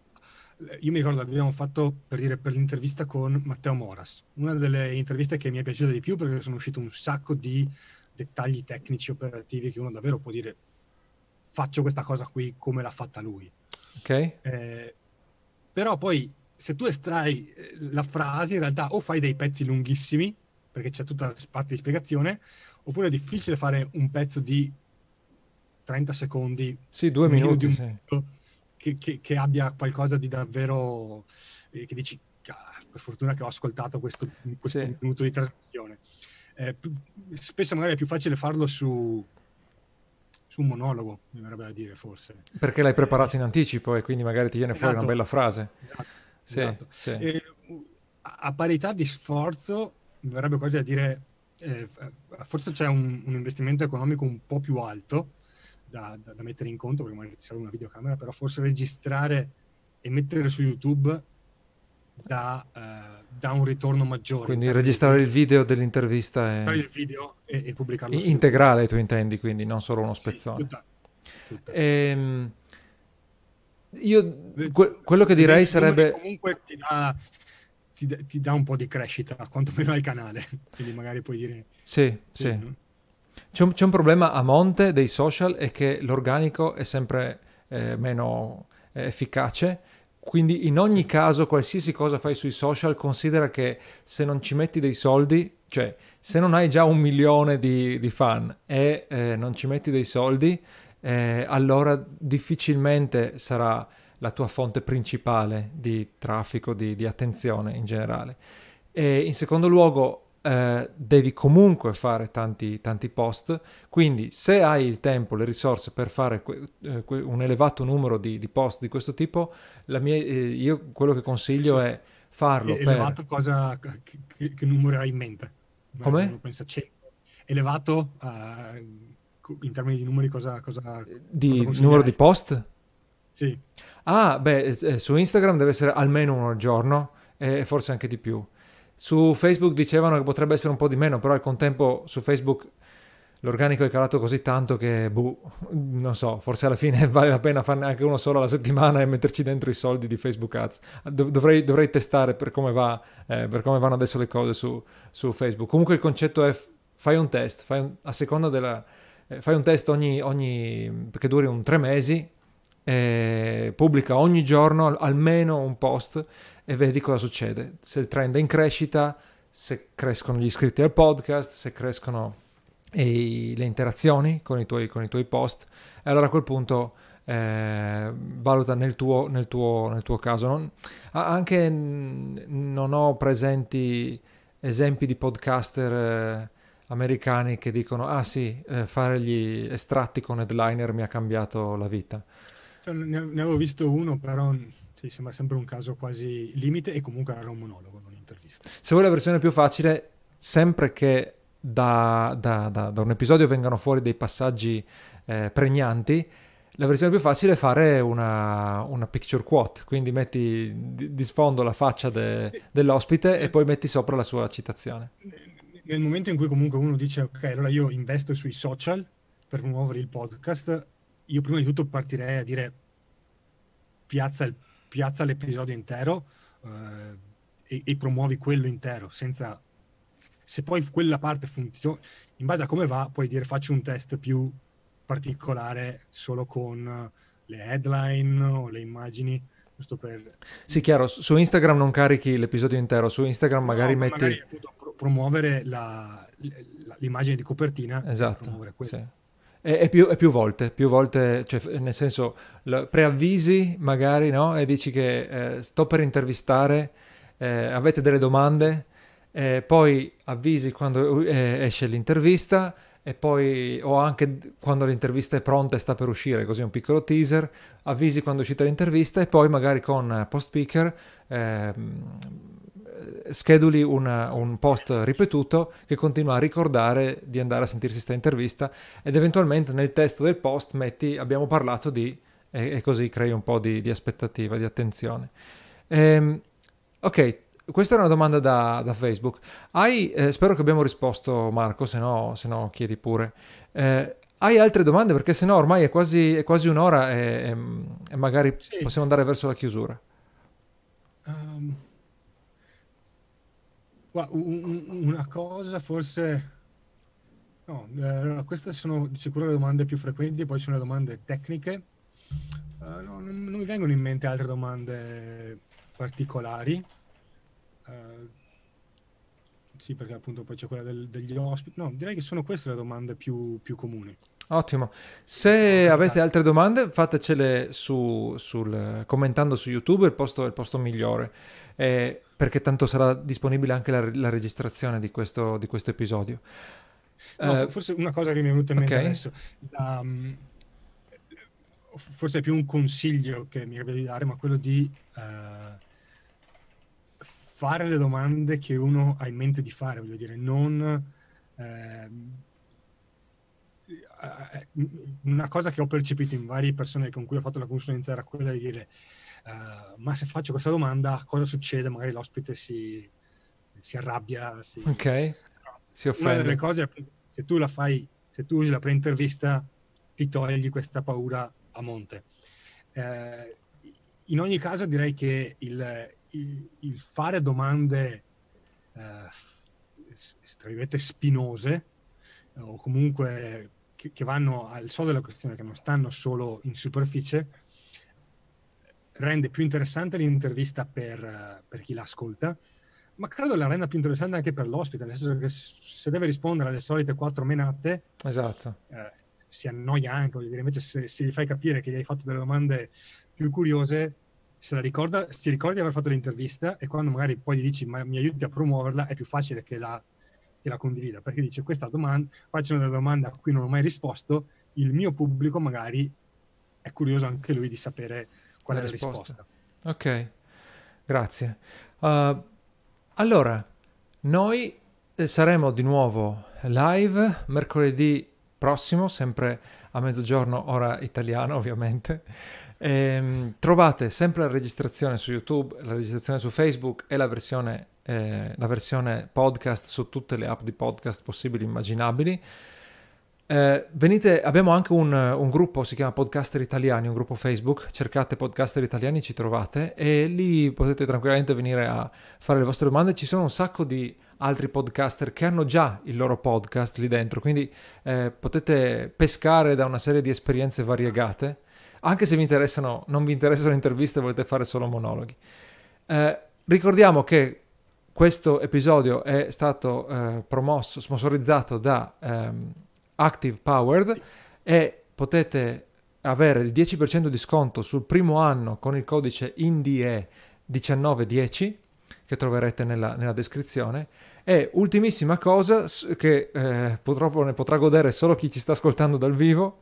io mi ricordo che abbiamo fatto per dire per l'intervista con Matteo Moras, una delle interviste che mi è piaciuta di più perché sono uscito un sacco di dettagli tecnici operativi che uno davvero può dire faccio questa cosa qui come l'ha fatta lui. Ok. Eh, però poi se tu estrai la frase in realtà o fai dei pezzi lunghissimi perché c'è tutta la parte di spiegazione, oppure è difficile fare un pezzo di trenta secondi, sì, due minuti, di un sì. minuto, Che, che, che abbia qualcosa di davvero eh, che dici per fortuna che ho ascoltato questo, questo Sì. minuto di trasmissione. Eh, spesso magari è più facile farlo su su un monologo, mi verrebbe da dire, forse perché l'hai preparato eh, in anticipo e quindi magari ti viene fuori esatto, una bella frase. esatto, Sì, esatto. sì. E, a parità di sforzo mi verrebbe quasi da dire eh, forse c'è un, un investimento economico un po' più alto Da, da, da mettere in conto, perché magari serve una videocamera, però forse registrare e mettere su YouTube dà, eh, dà un ritorno maggiore. Quindi registrare il video dell'intervista registrare è il video e, e pubblicarlo su integrale, YouTube. tu intendi, quindi non solo uno Sì, spezzone. tutta, tutta. Ehm, io que- quello che direi Vedere i numeri sarebbe... comunque ti dà, ti, dà- ti dà un po' di crescita, quantomeno al canale, quindi magari puoi dire Sì, sì, sì. no? C'è un, c'è un problema a monte dei social, è che l'organico è sempre eh, meno eh, efficace, quindi in ogni Sì. caso qualsiasi cosa fai sui social considera che se non ci metti dei soldi, cioè se non hai già un milione di, di fan e eh, non ci metti dei soldi, eh, allora difficilmente sarà la tua fonte principale di traffico, di, di attenzione in generale. E in secondo luogo, eh, devi comunque fare tanti, tanti post, quindi se hai il tempo, le risorse per fare que- eh, que- un elevato numero di, di post di questo tipo, la mia, eh, io quello che consiglio Adesso, è farlo per... elevato cosa, che, che- che numero hai in mente? Magari Come? uno pensa cento. Elevato eh, in termini di numeri cosa, cosa, cosa Di numero di consiglieresti? post? Sì, Ah, beh, eh, eh, su Instagram deve essere almeno uno al giorno e forse anche di più. Su Facebook dicevano che potrebbe essere un po' di meno, però al contempo su Facebook l'organico è calato così tanto che, boh, non so, forse alla fine vale la pena farne anche uno solo alla settimana e metterci dentro i soldi di Facebook Ads. Dov- dovrei, dovrei testare per come va, eh, per come vanno adesso le cose su, su Facebook. Comunque il concetto è f- fai un test, fai un- a seconda della... eh, fai un test ogni, ogni, che duri un tre mesi, eh, pubblica ogni giorno al- almeno un post e vedi cosa succede. Se il trend è in crescita, se crescono gli iscritti al podcast, se crescono i- le interazioni con i tuoi, con i tuoi post, e allora a quel punto eh, valuta nel tuo, nel tuo, nel tuo caso. Non, a- anche mh, non ho presenti esempi di podcaster eh, americani che dicono: ah sì, eh, fare gli estratti con headliner mi ha cambiato la vita. cioè, ne, ne avevo visto uno, però sì, sembra sempre un caso quasi limite e comunque era un monologo, non un'intervista. Se vuoi la versione più facile, sempre che da, da- da- da un episodio vengano fuori dei passaggi eh, pregnanti, la versione più facile è fare una, una picture quote, quindi metti di, di sfondo la faccia de- Sì. dell'ospite e Nel, poi metti sopra la sua citazione. nel momento in cui comunque uno dice ok, allora io investo sui social per promuovere il podcast, io prima di tutto partirei a dire piazza, il- piazza l'episodio intero eh, e, e promuovi quello intero, senza... Se poi quella parte funziona, in base a come va, puoi dire faccio un test più particolare solo con le headline o le immagini, giusto per... Sì, chiaro, su su Instagram non carichi l'episodio intero, su Instagram magari No, ma magari metti... appunto pro- promuovere la- l- l'immagine di copertina e Esatto, promuovere sì. quello. E, e più, e più volte, più volte, cioè, f- nel senso, lo- preavvisi magari, no? E dici che eh, sto per intervistare, eh, avete delle domande, eh, poi avvisi quando eh, esce l'intervista e poi, o anche d- quando l'intervista è pronta e sta per uscire, così un piccolo teaser, avvisi quando è uscita l'intervista e poi magari con eh, Post Picker ehm, scheduli una- un post ripetuto che continua a ricordare di andare a sentirsi sta intervista ed eventualmente nel testo del post metti abbiamo parlato di e, e così crei un po' di, di aspettativa, di attenzione. Ehm, ok, questa era una domanda da, da Facebook. Hai, eh, spero che abbiamo risposto Marco, se no, se no chiedi pure. Eh, hai altre domande? Perché se no ormai è quasi, è quasi un'ora e, e- e magari Sì, possiamo andare verso la chiusura. ehm, gua- un- un- una cosa forse... No, eh, allora, queste sono di sicuro le domande più frequenti, poi sono le domande tecniche. Eh, no, non, non mi vengono in mente altre domande particolari. Eh, sì, perché appunto poi c'è quella del- degli ospiti. No, direi che sono queste le domande più, più comuni. Ottimo. Che sono Se avete capitate. altre domande, fatecele su, sul, commentando su YouTube, è il posto, è il posto migliore, eh, perché tanto sarà disponibile anche la, la registrazione di questo, di questo episodio. No, fo- Eh, forse una cosa che mi è venuta in mente ok, adesso, da, mm, forse è più un consiglio che mi avrebbe di dare, ma quello di eh, fare le domande che uno ha in mente di fare, voglio dire, non... ehm, eh, una cosa che ho percepito in varie persone con cui ho fatto la consulenza era quella di dire uh, ma se faccio questa domanda cosa succede? Magari l'ospite si, si arrabbia, si, ok, si offende. Una delle cose, se tu la fai, se tu usi la pre-intervista, ti togli questa paura a monte. Eh, in ogni caso direi che il, il, il fare domande eh, tra virgolette spinose o comunque che, che vanno al sodo della questione, che non stanno solo in superficie, rende più interessante l'intervista per, per chi l'ascolta, ma credo la renda più interessante anche per l'ospite, nel senso che se deve rispondere alle solite quattro menate, esatto, eh, si annoia anche, voglio dire. Invece se, se gli fai capire che gli hai fatto delle domande più curiose, se la ricorda, si ricorda di aver fatto l'intervista, e quando magari poi gli dici ma mi aiuti a promuoverla, è più facile che la, che la condivida, perché dice questa domanda, faccio una domanda a cui non ho mai risposto, il mio pubblico magari è curioso anche lui di sapere qual la è risposta. la risposta. Ok, grazie. Uh, allora, noi saremo di nuovo live mercoledì prossimo, sempre a mezzogiorno, ora italiana ovviamente. E, trovate sempre la registrazione su YouTube, la registrazione su Facebook e la versione, eh, la versione podcast su tutte le app di podcast possibili e immaginabili. Eh, venite, abbiamo anche un, un gruppo, si chiama Podcaster Italiani, un gruppo Facebook, cercate Podcaster Italiani, ci trovate e lì potete tranquillamente venire a fare le vostre domande. Ci sono un sacco di altri podcaster che hanno già il loro podcast lì dentro, quindi eh, potete pescare da una serie di esperienze variegate, anche se vi interessano, non vi interessano le interviste e volete fare solo monologhi. Eh, ricordiamo che questo episodio è stato eh, promosso, sponsorizzato da ehm, Active Powered e potete avere il dieci per cento di sconto sul primo anno con il codice I N D E diciannove dieci che troverete nella, nella descrizione. E ultimissima cosa che eh, purtroppo ne potrà godere solo chi ci sta ascoltando dal vivo,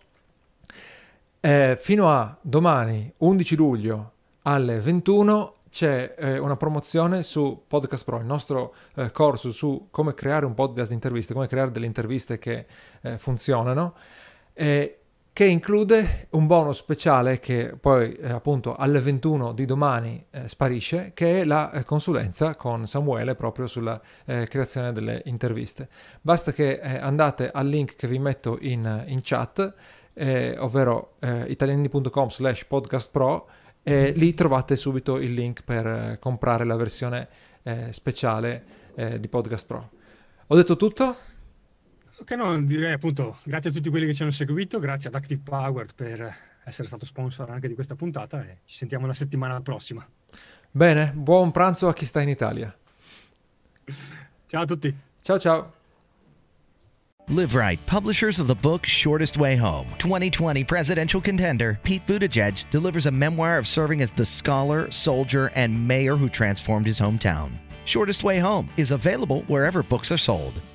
eh, fino a domani undici luglio alle ventuno c'è eh, una promozione su Podcast Pro, il nostro eh, corso su come creare un podcast di interviste, come creare delle interviste che eh, funzionano, eh, che include un bonus speciale che poi eh, appunto alle ventuno di domani eh, sparisce, che è la eh, consulenza con Samuele proprio sulla eh, creazione delle interviste. Basta che eh, andate al link che vi metto in, in chat, eh, ovvero eh, italiani punto com slash podcast pro, e lì trovate subito il link per eh, comprare la versione eh, speciale eh, di Podcast Pro. Ho detto tutto? Ok, no, direi appunto grazie a tutti quelli che ci hanno seguito, grazie ad Active Powered per essere stato sponsor anche di questa puntata e ci sentiamo la settimana prossima. Bene, buon pranzo a chi sta in Italia. Ciao a tutti. Ciao ciao. Live Right, publishers of the book Shortest Way Home. twenty twenty presidential contender Pete Buttigieg delivers a memoir of serving as the scholar, soldier, and mayor who transformed his hometown. Shortest Way Home is available wherever books are sold.